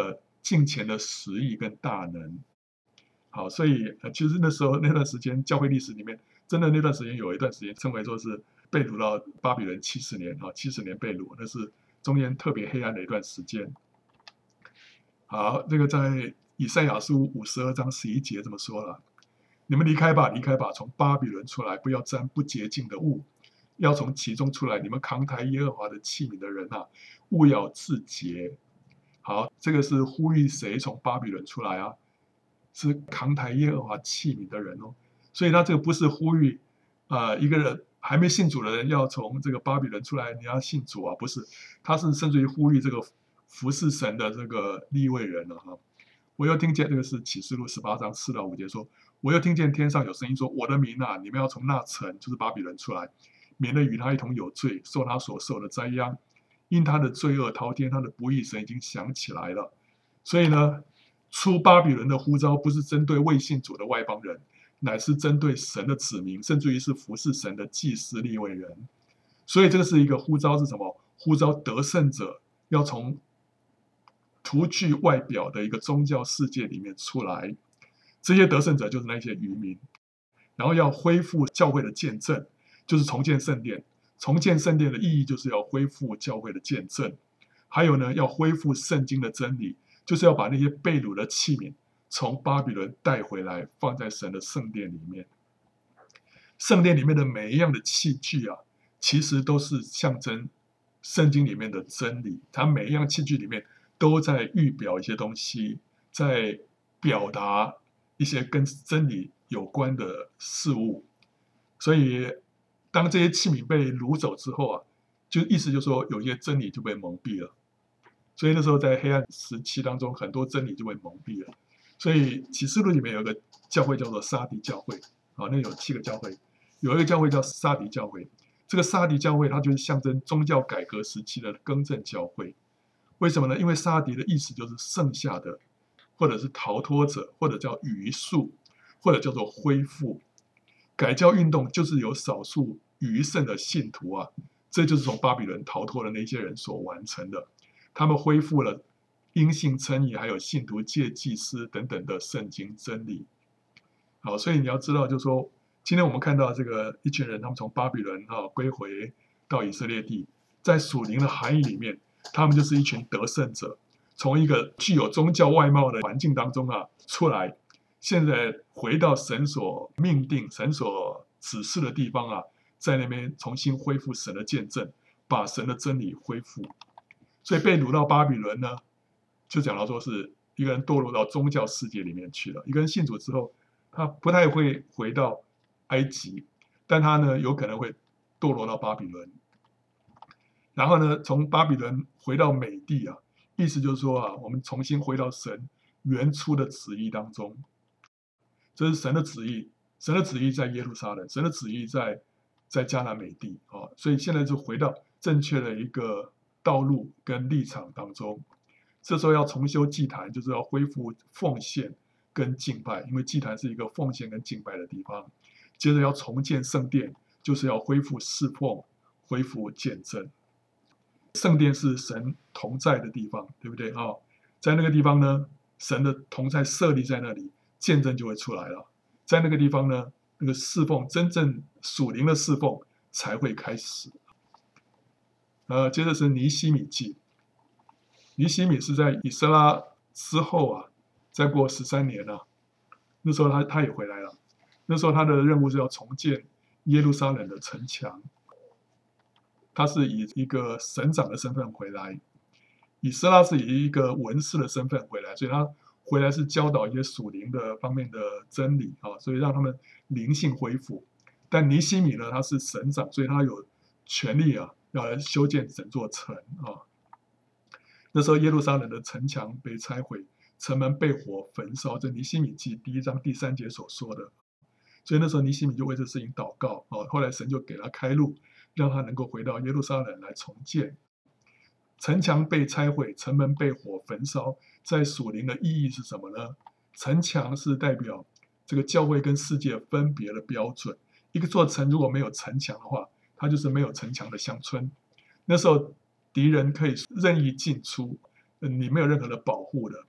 敬虔的实意跟大能。好，所以呃，其实那时候那段时间教会历史里面，真的那段时间有一段时间称为说是被掳到巴比伦七十年啊，七十年被掳，那是中间特别黑暗的一段时间。好，这个在以赛亚书五十二章十一节这么说了：你们离开吧，离开吧，从巴比伦出来，不要沾不洁净的物，要从其中出来。你们扛抬耶和华的器皿的人啊，务要自洁。好，这个是呼吁谁从巴比伦出来啊？是扛抬耶和华器皿的人哦。所以他这个不是呼吁啊、呃、一个人还没信主的人要从这个巴比伦出来，你要信主啊，不是，他是甚至于呼吁这个服侍神的这个利未人了哈。我又听见这个是启示录十八章四到五节说，我又听见天上有声音说，我的民啊，你们要从那城就是巴比伦出来，免得与他一同有罪，受他所受的灾殃，因他的罪恶滔天，他的不义神已经想起来了。所以呢，出巴比伦的呼召不是针对未信主的外邦人，乃是针对神的子民，甚至于是服侍神的祭司利未人。所以这个是一个呼召，是什么？呼召得胜者要从除去外表的一个宗教世界里面出来，这些得胜者就是那些渔民，然后要恢复教会的见证，就是重建圣殿。重建圣殿的意义就是要恢复教会的见证，还有呢，要恢复圣经的真理，就是要把那些被掳的器皿从巴比伦带回来，放在神的圣殿里面。圣殿里面的每一样的器具啊，其实都是象征圣经里面的真理，它每一样器具里面都在预表一些东西，在表达一些跟真理有关的事物。所以当这些器皿被掳走之后啊，就意思就是说有一些真理就被蒙蔽了。所以那时候在黑暗时期当中，很多真理就被蒙蔽了。所以启示录里面有一个教会叫做撒狄教会啊，那有七个教会，有一个教会叫撒狄教会。这个撒狄教会它就是象征宗教改革时期的更正教会。为什么呢？因为撒狄的意思就是剩下的，或者是逃脱者，或者叫余数，或者叫做恢复。改教运动就是有少数余剩的信徒啊，这就是从巴比伦逃脱的那些人所完成的。他们恢复了因信称义，还有信徒借祭司等等的圣经真理。好，所以你要知道，就是说，今天我们看到这个一群人，他们从巴比伦啊归回到以色列地，在属灵的含义里面，他们就是一群得胜者，从一个具有宗教外貌的环境当中啊出来，现在回到神所命定、神所指示的地方啊，在那边重新恢复神的见证，把神的真理恢复。所以被掳到巴比伦呢，就讲到说是一个人堕落到宗教世界里面去了。一个人信主之后，他不太会回到埃及，但他呢有可能会堕落到巴比伦。然后呢，从巴比伦回到美地啊，意思就是说啊，我们重新回到神原初的旨意当中。这是神的旨意，神的旨意在耶路撒冷，神的旨意在在迦南美地啊，所以现在就回到正确的一个道路跟立场当中。这时候要重修祭坛，就是要恢复奉献跟敬拜，因为祭坛是一个奉献跟敬拜的地方。接着要重建圣殿，就是要恢复侍奉，恢复见证。圣殿是神同在的地方，对不对啊？在那个地方呢，神的同在设立在那里，见证就会出来了。在那个地方呢，那个侍奉真正属灵的侍奉才会开始。呃，接着是尼希米记。尼希米是在以斯拉之后啊，再过十三年啊，那时候他他也回来了。那时候他的任务是要重建耶路撒冷的城墙。他是以一个省长的身份回来，以斯拉是以一个文士的身份回来，所以他回来是教导一些属灵的方面的真理啊，所以让他们灵性恢复。但尼希米呢，他是省长，所以他有权利啊，要来修建整座城啊。那时候耶路撒冷的城墙被拆毁，城门被火焚烧，这尼希米记第一章第三节所说的。所以那时候尼希米就为这事情祷告啊，后来神就给他开路，让他能够回到耶路撒冷来重建。城墙被拆毁，城门被火焚烧，在属灵的意义是什么呢？城墙是代表这个教会跟世界分别的标准。一个座城如果没有城墙的话，它就是没有城墙的乡村。那时候敌人可以任意进出，你没有任何的保护的。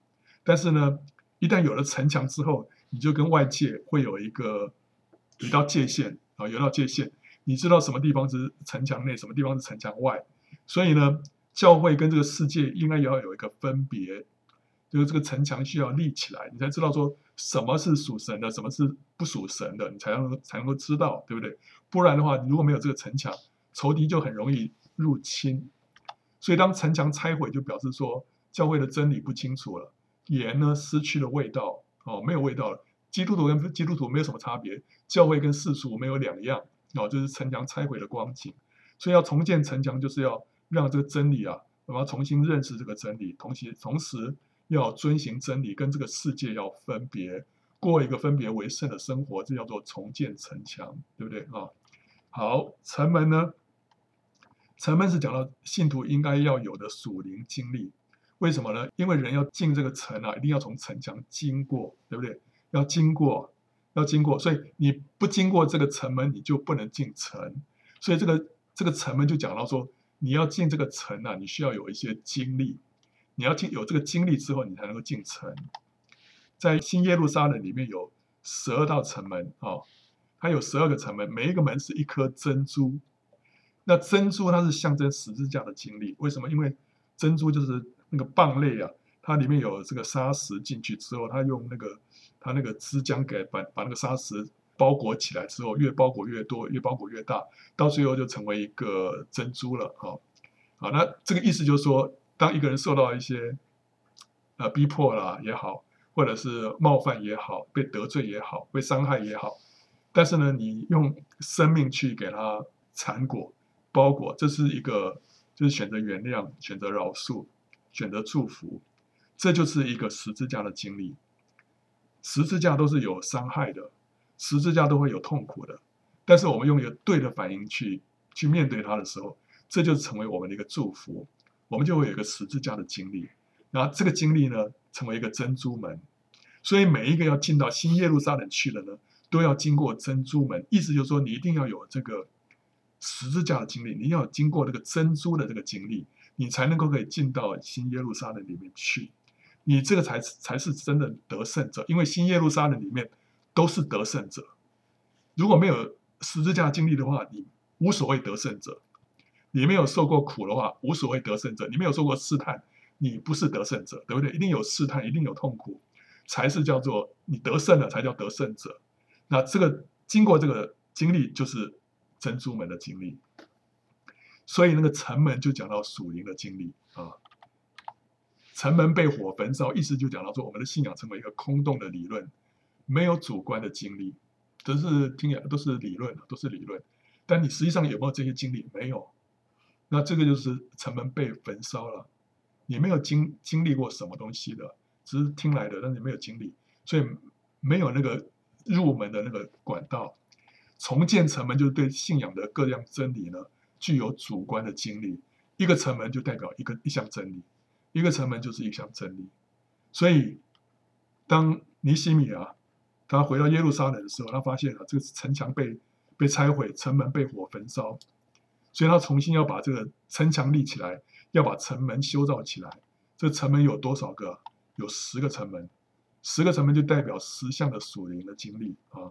但是呢，一旦有了城墙之后，你就跟外界会有一个有一道界限啊，有一道界限，你知道什么地方是城墙内，什么地方是城墙外。所以呢，教会跟这个世界应该要有一个分别，就是这个城墙需要立起来，你才知道说什么是属神的，什么是不属神的，你才能才能够知道，对不对？不然的话，如果没有这个城墙，仇敌就很容易入侵。所以当城墙拆毁，就表示说教会的真理不清楚了，盐呢失去了味道，哦，没有味道了。基督徒跟基督徒没有什么差别，教会跟世俗没有两样，哦，就是城墙拆毁的光景。所以要重建城墙，就是要让这个真理啊，我们要重新认识这个真理，同时同时要遵行真理，跟这个世界要分别，过一个分别为圣的生活，这叫做重建城墙，对不对啊？好，城门呢？城门是讲到信徒应该要有的属灵经历，为什么呢？因为人要进这个城啊，一定要从城墙经过，对不对？要经过，要经过，所以你不经过这个城门，你就不能进城。所以这个这个城门就讲到说，你要进这个城啊，你需要有一些经历，你要进有这个经历之后，你才能够进城。在新耶路撒冷里面有十二道城门哦，它有十二个城门，每一个门是一颗珍珠。那珍珠它是象征十字架的经历，为什么？因为珍珠就是那个蚌类啊，它里面有这个砂石进去之后，它用那个它那个枝浆给把把那个砂石包裹起来之后，越包裹越多，越包裹越大，到最后就成为一个珍珠了啊！好，那这个意思就是说，当一个人受到一些呃逼迫啦也好，或者是冒犯也好，被得罪也好，被伤害也好，但是呢，你用生命去给他缠裹。包裹，这是一个就是选择原谅，选择饶恕，选择祝福，这就是一个十字架的经历。十字架都是有伤害的，十字架都会有痛苦的，但是我们用一个对的反应去去面对它的时候，这就成为我们的一个祝福，我们就会有一个十字架的经历。然后这个经历呢，成为一个珍珠门，所以每一个要进到新耶路撒冷去的呢，都要经过珍珠门，意思就是说，你一定要有这个十字架的经历，你要经过这个珍珠的这个经历，你才能够可以进到新耶路撒冷里面去。你这个才才是真的得胜者，因为新耶路撒冷里面都是得胜者。如果没有十字架经历的话，你无所谓得胜者；你没有受过苦的话，无所谓得胜者；你没有受过试探，你不是得胜者，对不对？一定有试探，一定有痛苦，才是叫做你得胜了，才叫得胜者。那这个经过这个经历，就是珍珠门的经历，所以那个城门就讲到属灵的经历啊。城门被火焚烧，意思就讲到说，我们的信仰成为一个空洞的理论，没有主观的经历，都是听起来都是理论，都是理论。但你实际上有没有这些经历？没有。那这个就是城门被焚烧了，你没有经经历过什么东西的，只是听来的，但是没有经历，所以没有那个入门的那个管道。重建城门就是对信仰的各样真理呢，具有主观的经历。一个城门就代表一个一项真理，一个城门就是一项真理。所以，当尼西米啊，他回到耶路撒冷的时候，他发现啊，这个城墙被被拆毁，城门被火焚烧，所以他重新要把这个城墙立起来，要把城门修造起来。这城门有多少个？有十个城门，十个城门就代表十项的属灵的经历啊。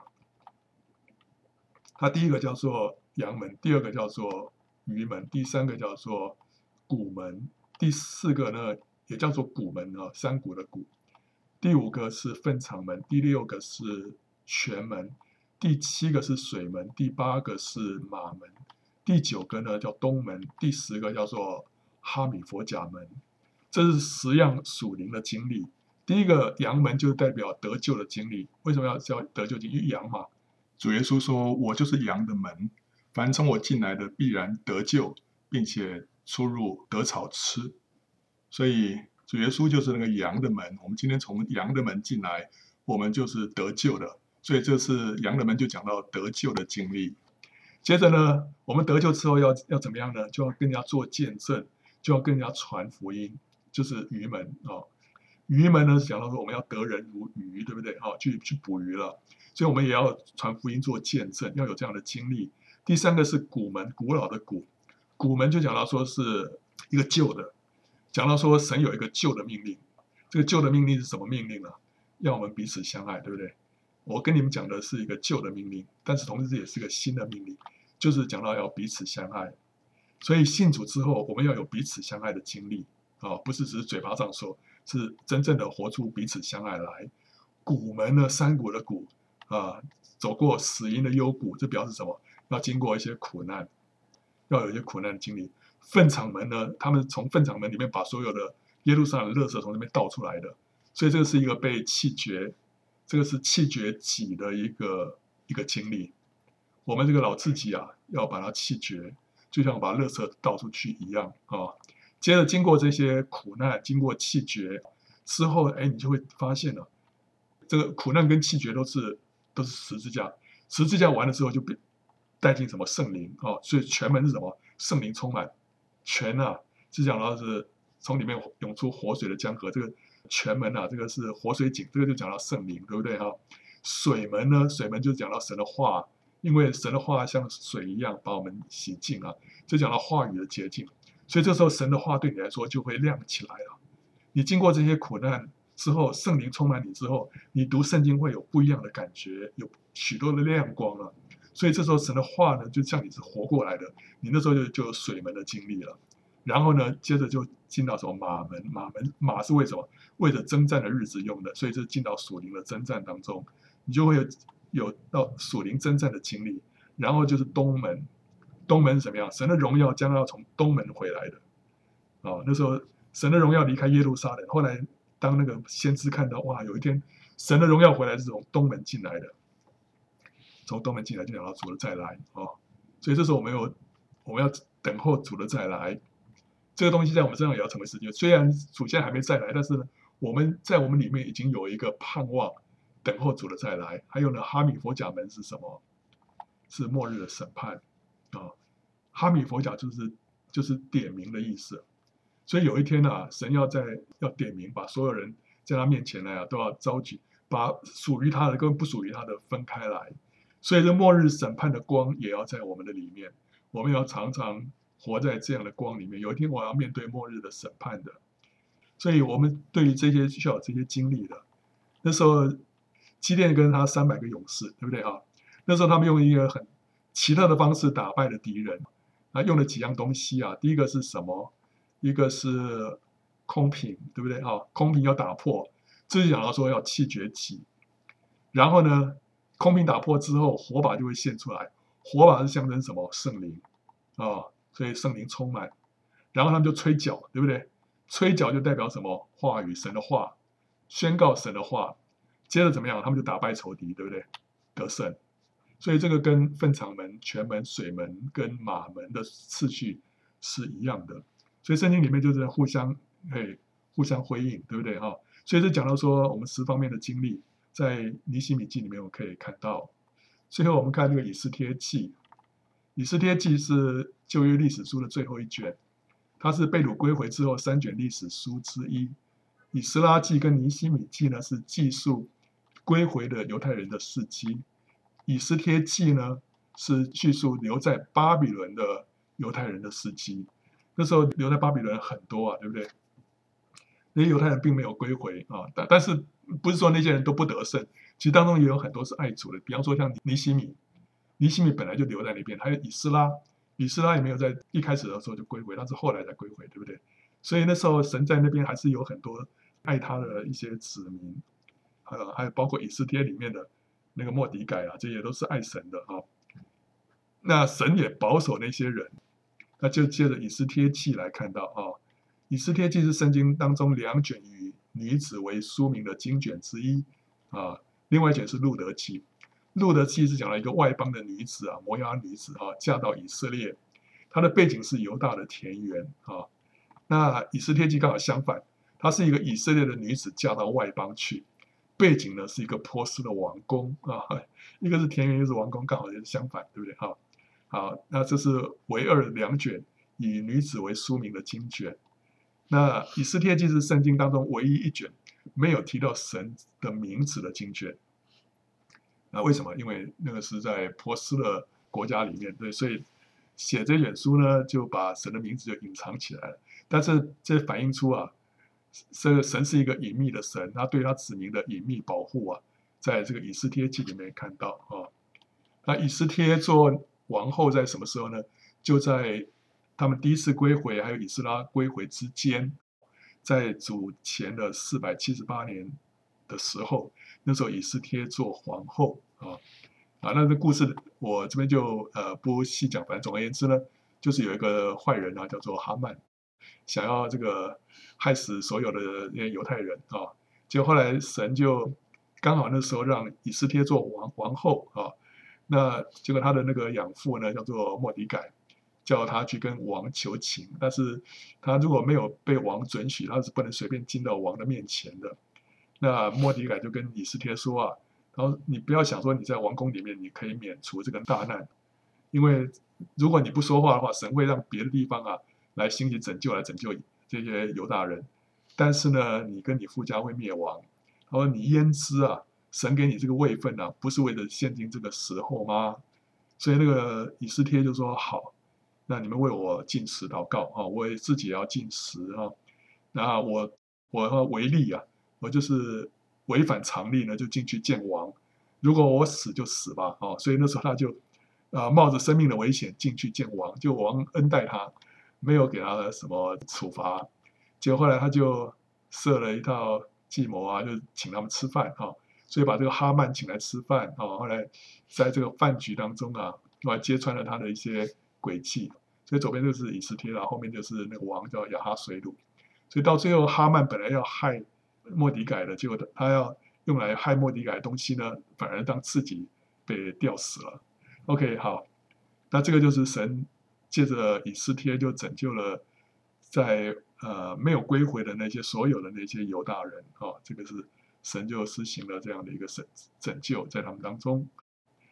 它第一个叫做阳门，第二个叫做鱼门，第三个叫做谷门，第四个呢也叫做谷门啊，山谷的谷。第五个是粪场门，第六个是泉门，第七个是水门，第八个是马门，第九个呢叫东门，第十个叫做哈米佛甲门。这是十样属灵的经历。第一个阳门就代表得救的经历，为什么要叫得救经历？阳嘛。主耶稣说：“我就是羊的门，凡从我进来的必然得救，并且出入得草吃。”所以主耶稣就是那个羊的门。我们今天从羊的门进来，我们就是得救的。所以这是羊的门，就讲到得救的经历。接着呢，我们得救之后要要怎么样呢？就要跟人家做见证，就要跟人家传福音，就是鱼门啊。鱼门呢，讲到说我们要得人如鱼，对不对？好，去去捕鱼了。所以我们也要传福音做见证，要有这样的经历。第三个是古门，古老的古，古门就讲到说是一个旧的，讲到说神有一个旧的命令， 这个旧的命令是什么命令啊？要我们彼此相爱，对不对？我跟你们讲的是一个旧的命令，但是同时这也是个新的命令，就是讲到要彼此相爱。所以信主之后，我们要有彼此相爱的经历啊，不是只是嘴巴上说，是真正的活出彼此相爱来。谷门呢，山谷的谷啊，走过死荫的幽谷，这表示什么？要经过一些苦难，要有一些苦难的经历。粪场门呢，他们从粪场门里面把所有的耶路撒冷的垃圾从那边倒出来的，所以这个是一个被弃绝，这个是弃绝己的一个一个经历。我们这个老自己啊，要把它弃绝，就像把垃圾倒出去一样啊。接着经过这些苦难，经过弃绝之后，哎，你就会发现了，这个苦难跟弃绝都是都是十字架。十字架完了之后，就被带进什么圣灵啊？所以全门是什么？圣灵充满。泉啊，是讲到是从里面涌出活水的江河。这个泉门啊，这个是活水井，这个就讲到圣灵，对不对哈？水门呢，水门就讲到神的话，因为神的话像水一样把我们洗净啊，就讲到话语的洁净。所以这时候神的话对你来说就会亮起来了。你经过这些苦难之后，圣灵充满你之后，你读圣经会有不一样的感觉，有许多的亮光了。所以这时候神的话呢，就像你是活过来的，你那时候就就有水门的经历了。然后呢，接着就进到什么马门，马门马是为什么？为了征战的日子用的，所以就进到属灵的征战当中，你就会有有到属灵征战的经历。然后就是东门，东门是怎么样？神的荣耀将要从东门回来的。哦，那时候神的荣耀离开耶路撒冷，后来当那个先知看到，哇，有一天神的荣耀回来是从东门进来的。从东门进来就讲到主的再来哦，所以这时候我们有我们要等候主的再来，这个东西在我们身上也要成为实际。虽然主现在还没再来，但是呢，我们在我们里面已经有一个盼望，等候主的再来。还有呢，哈米佛甲门是什么？是末日的审判啊、哦。哈米佛甲就是就是点名的意思。所以有一天啊，神要在要点名，把所有人在他面前来啊，都要召集，把属于他的跟不属于他的分开来。所以这末日审判的光也要在我们的里面，我们要常常活在这样的光里面。有一天我要面对末日的审判的，所以我们对于这些需要有这些经历的。那时候基甸跟他三百个勇士，对不对啊？那时候他们用一个很奇特的方式打败了敌人啊，用了几样东西啊。第一个是什么？一个是空瓶，对不对啊？空瓶要打破，这就讲到说要弃绝己。然后呢，空瓶打破之后，火把就会现出来。火把是象征什么？圣灵啊、哦，所以圣灵充满。然后他们就吹角，对不对？吹角就代表什么？话语，神的话，宣告神的话。接着怎么样？他们就打败仇敌，对不对？得胜。所以这个跟粪场门、泉门、水门跟马门的次序是一样的。所以圣经里面就是互相，嘿，互相辉映，对不对哈？所以这讲到说我们十方面的经历，在尼希米记里面我们可以看到。最后我们看这个以斯帖记，以斯帖记是旧约历史书的最后一卷，它是被掳归回之后三卷历史书之一。以斯拉记跟尼希米记呢是记述归回的犹太人的事迹，以斯帖记呢是叙述留在巴比伦的犹太人的事迹。那时候留在巴比伦很多啊，对不对？那些犹太人并没有归回啊，但但是不是说那些人都不得胜，其实当中也有很多是爱主的。比方说像尼希米，尼希米本来就留在那边，还有以斯拉，以斯拉也没有在一开始的时候就归回，他是后来才归回，对不对？所以那时候神在那边还是有很多爱他的一些子民，呃，还有包括以斯帖里面的那个末底改啊，这些都是爱神的啊。那神也保守那些人。那就借着以斯帖记来看到啊，以斯帖记是圣经当中两卷以女子为书名的经卷之一啊，另外一卷是路德记。路德记是讲了一个外邦的女子啊，摩押女子啊，嫁到以色列，她的背景是犹大的田园啊。那以斯帖记刚好相反，她是一个以色列的女子嫁到外邦去，背景呢是一个波斯的王宫啊，一个是田园，一个是王宫，刚好就是相反，对不对哈？好，那这是唯二两卷以女子为书名的经卷。那以斯帖记是圣经当中唯一一卷没有提到神的名字的经卷。那为什么？因为那个是在波斯的国家里面，对，所以写这卷书呢，就把神的名字就隐藏起来了。但是这反映出啊， 这个神是一个隐秘的神，他对他子民的隐秘保护啊，在这个以斯帖记里面看到啊。那以斯帖做王后在什么时候呢？就在他们第一次归回还有以斯拉归回之间，在主前的四百七十八年的时候，那时候以斯帖做皇后啊。啊，那这故事我这边就呃不细讲，反正总而言之呢，就是有一个坏人啊，叫做哈曼，想要这个害死所有的那些犹太人啊。结果后来神就刚好那时候让以斯帖做王王后啊。那结果他的那个养父呢，叫做莫迪改，叫他去跟王求情，但是他如果没有被王准许，他是不能随便进到王的面前的。那莫迪改就跟以斯帖说啊，然后你不要想说你在王宫里面你可以免除这个大难，因为如果你不说话的话，神会让别的地方啊来兴起拯救，来拯救这些犹大人。但是呢，你跟你父家会灭亡。然后你焉知啊，神给你这个位分啊，不是为了现今这个时候吗？所以那个以斯帖就说好，那你们为我进食祷告啊，我自己也要进食啊。那我我要违例啊，我就是违反常例呢，就进去见王。如果我死就死吧，哦，所以那时候他就呃冒着生命的危险进去见王，就王恩待他，没有给他什么处罚。结果后来他就设了一套计谋啊，就请他们吃饭啊，所以把这个哈曼请来吃饭啊。后来在这个饭局当中啊，我还揭穿了他的一些诡计。所以左边就是以斯帖，然后后面就是那个王叫亚哈水鲁。所以到最后，哈曼本来要害莫迪改的，结果他要用来害莫迪改的东西呢，反而让自己被吊死了。OK， 好，那这个就是神借着以斯帖就拯救了在呃没有归回的那些所有的那些犹大人哦，这个是神就施行了这样的一个神拯救在他们当中。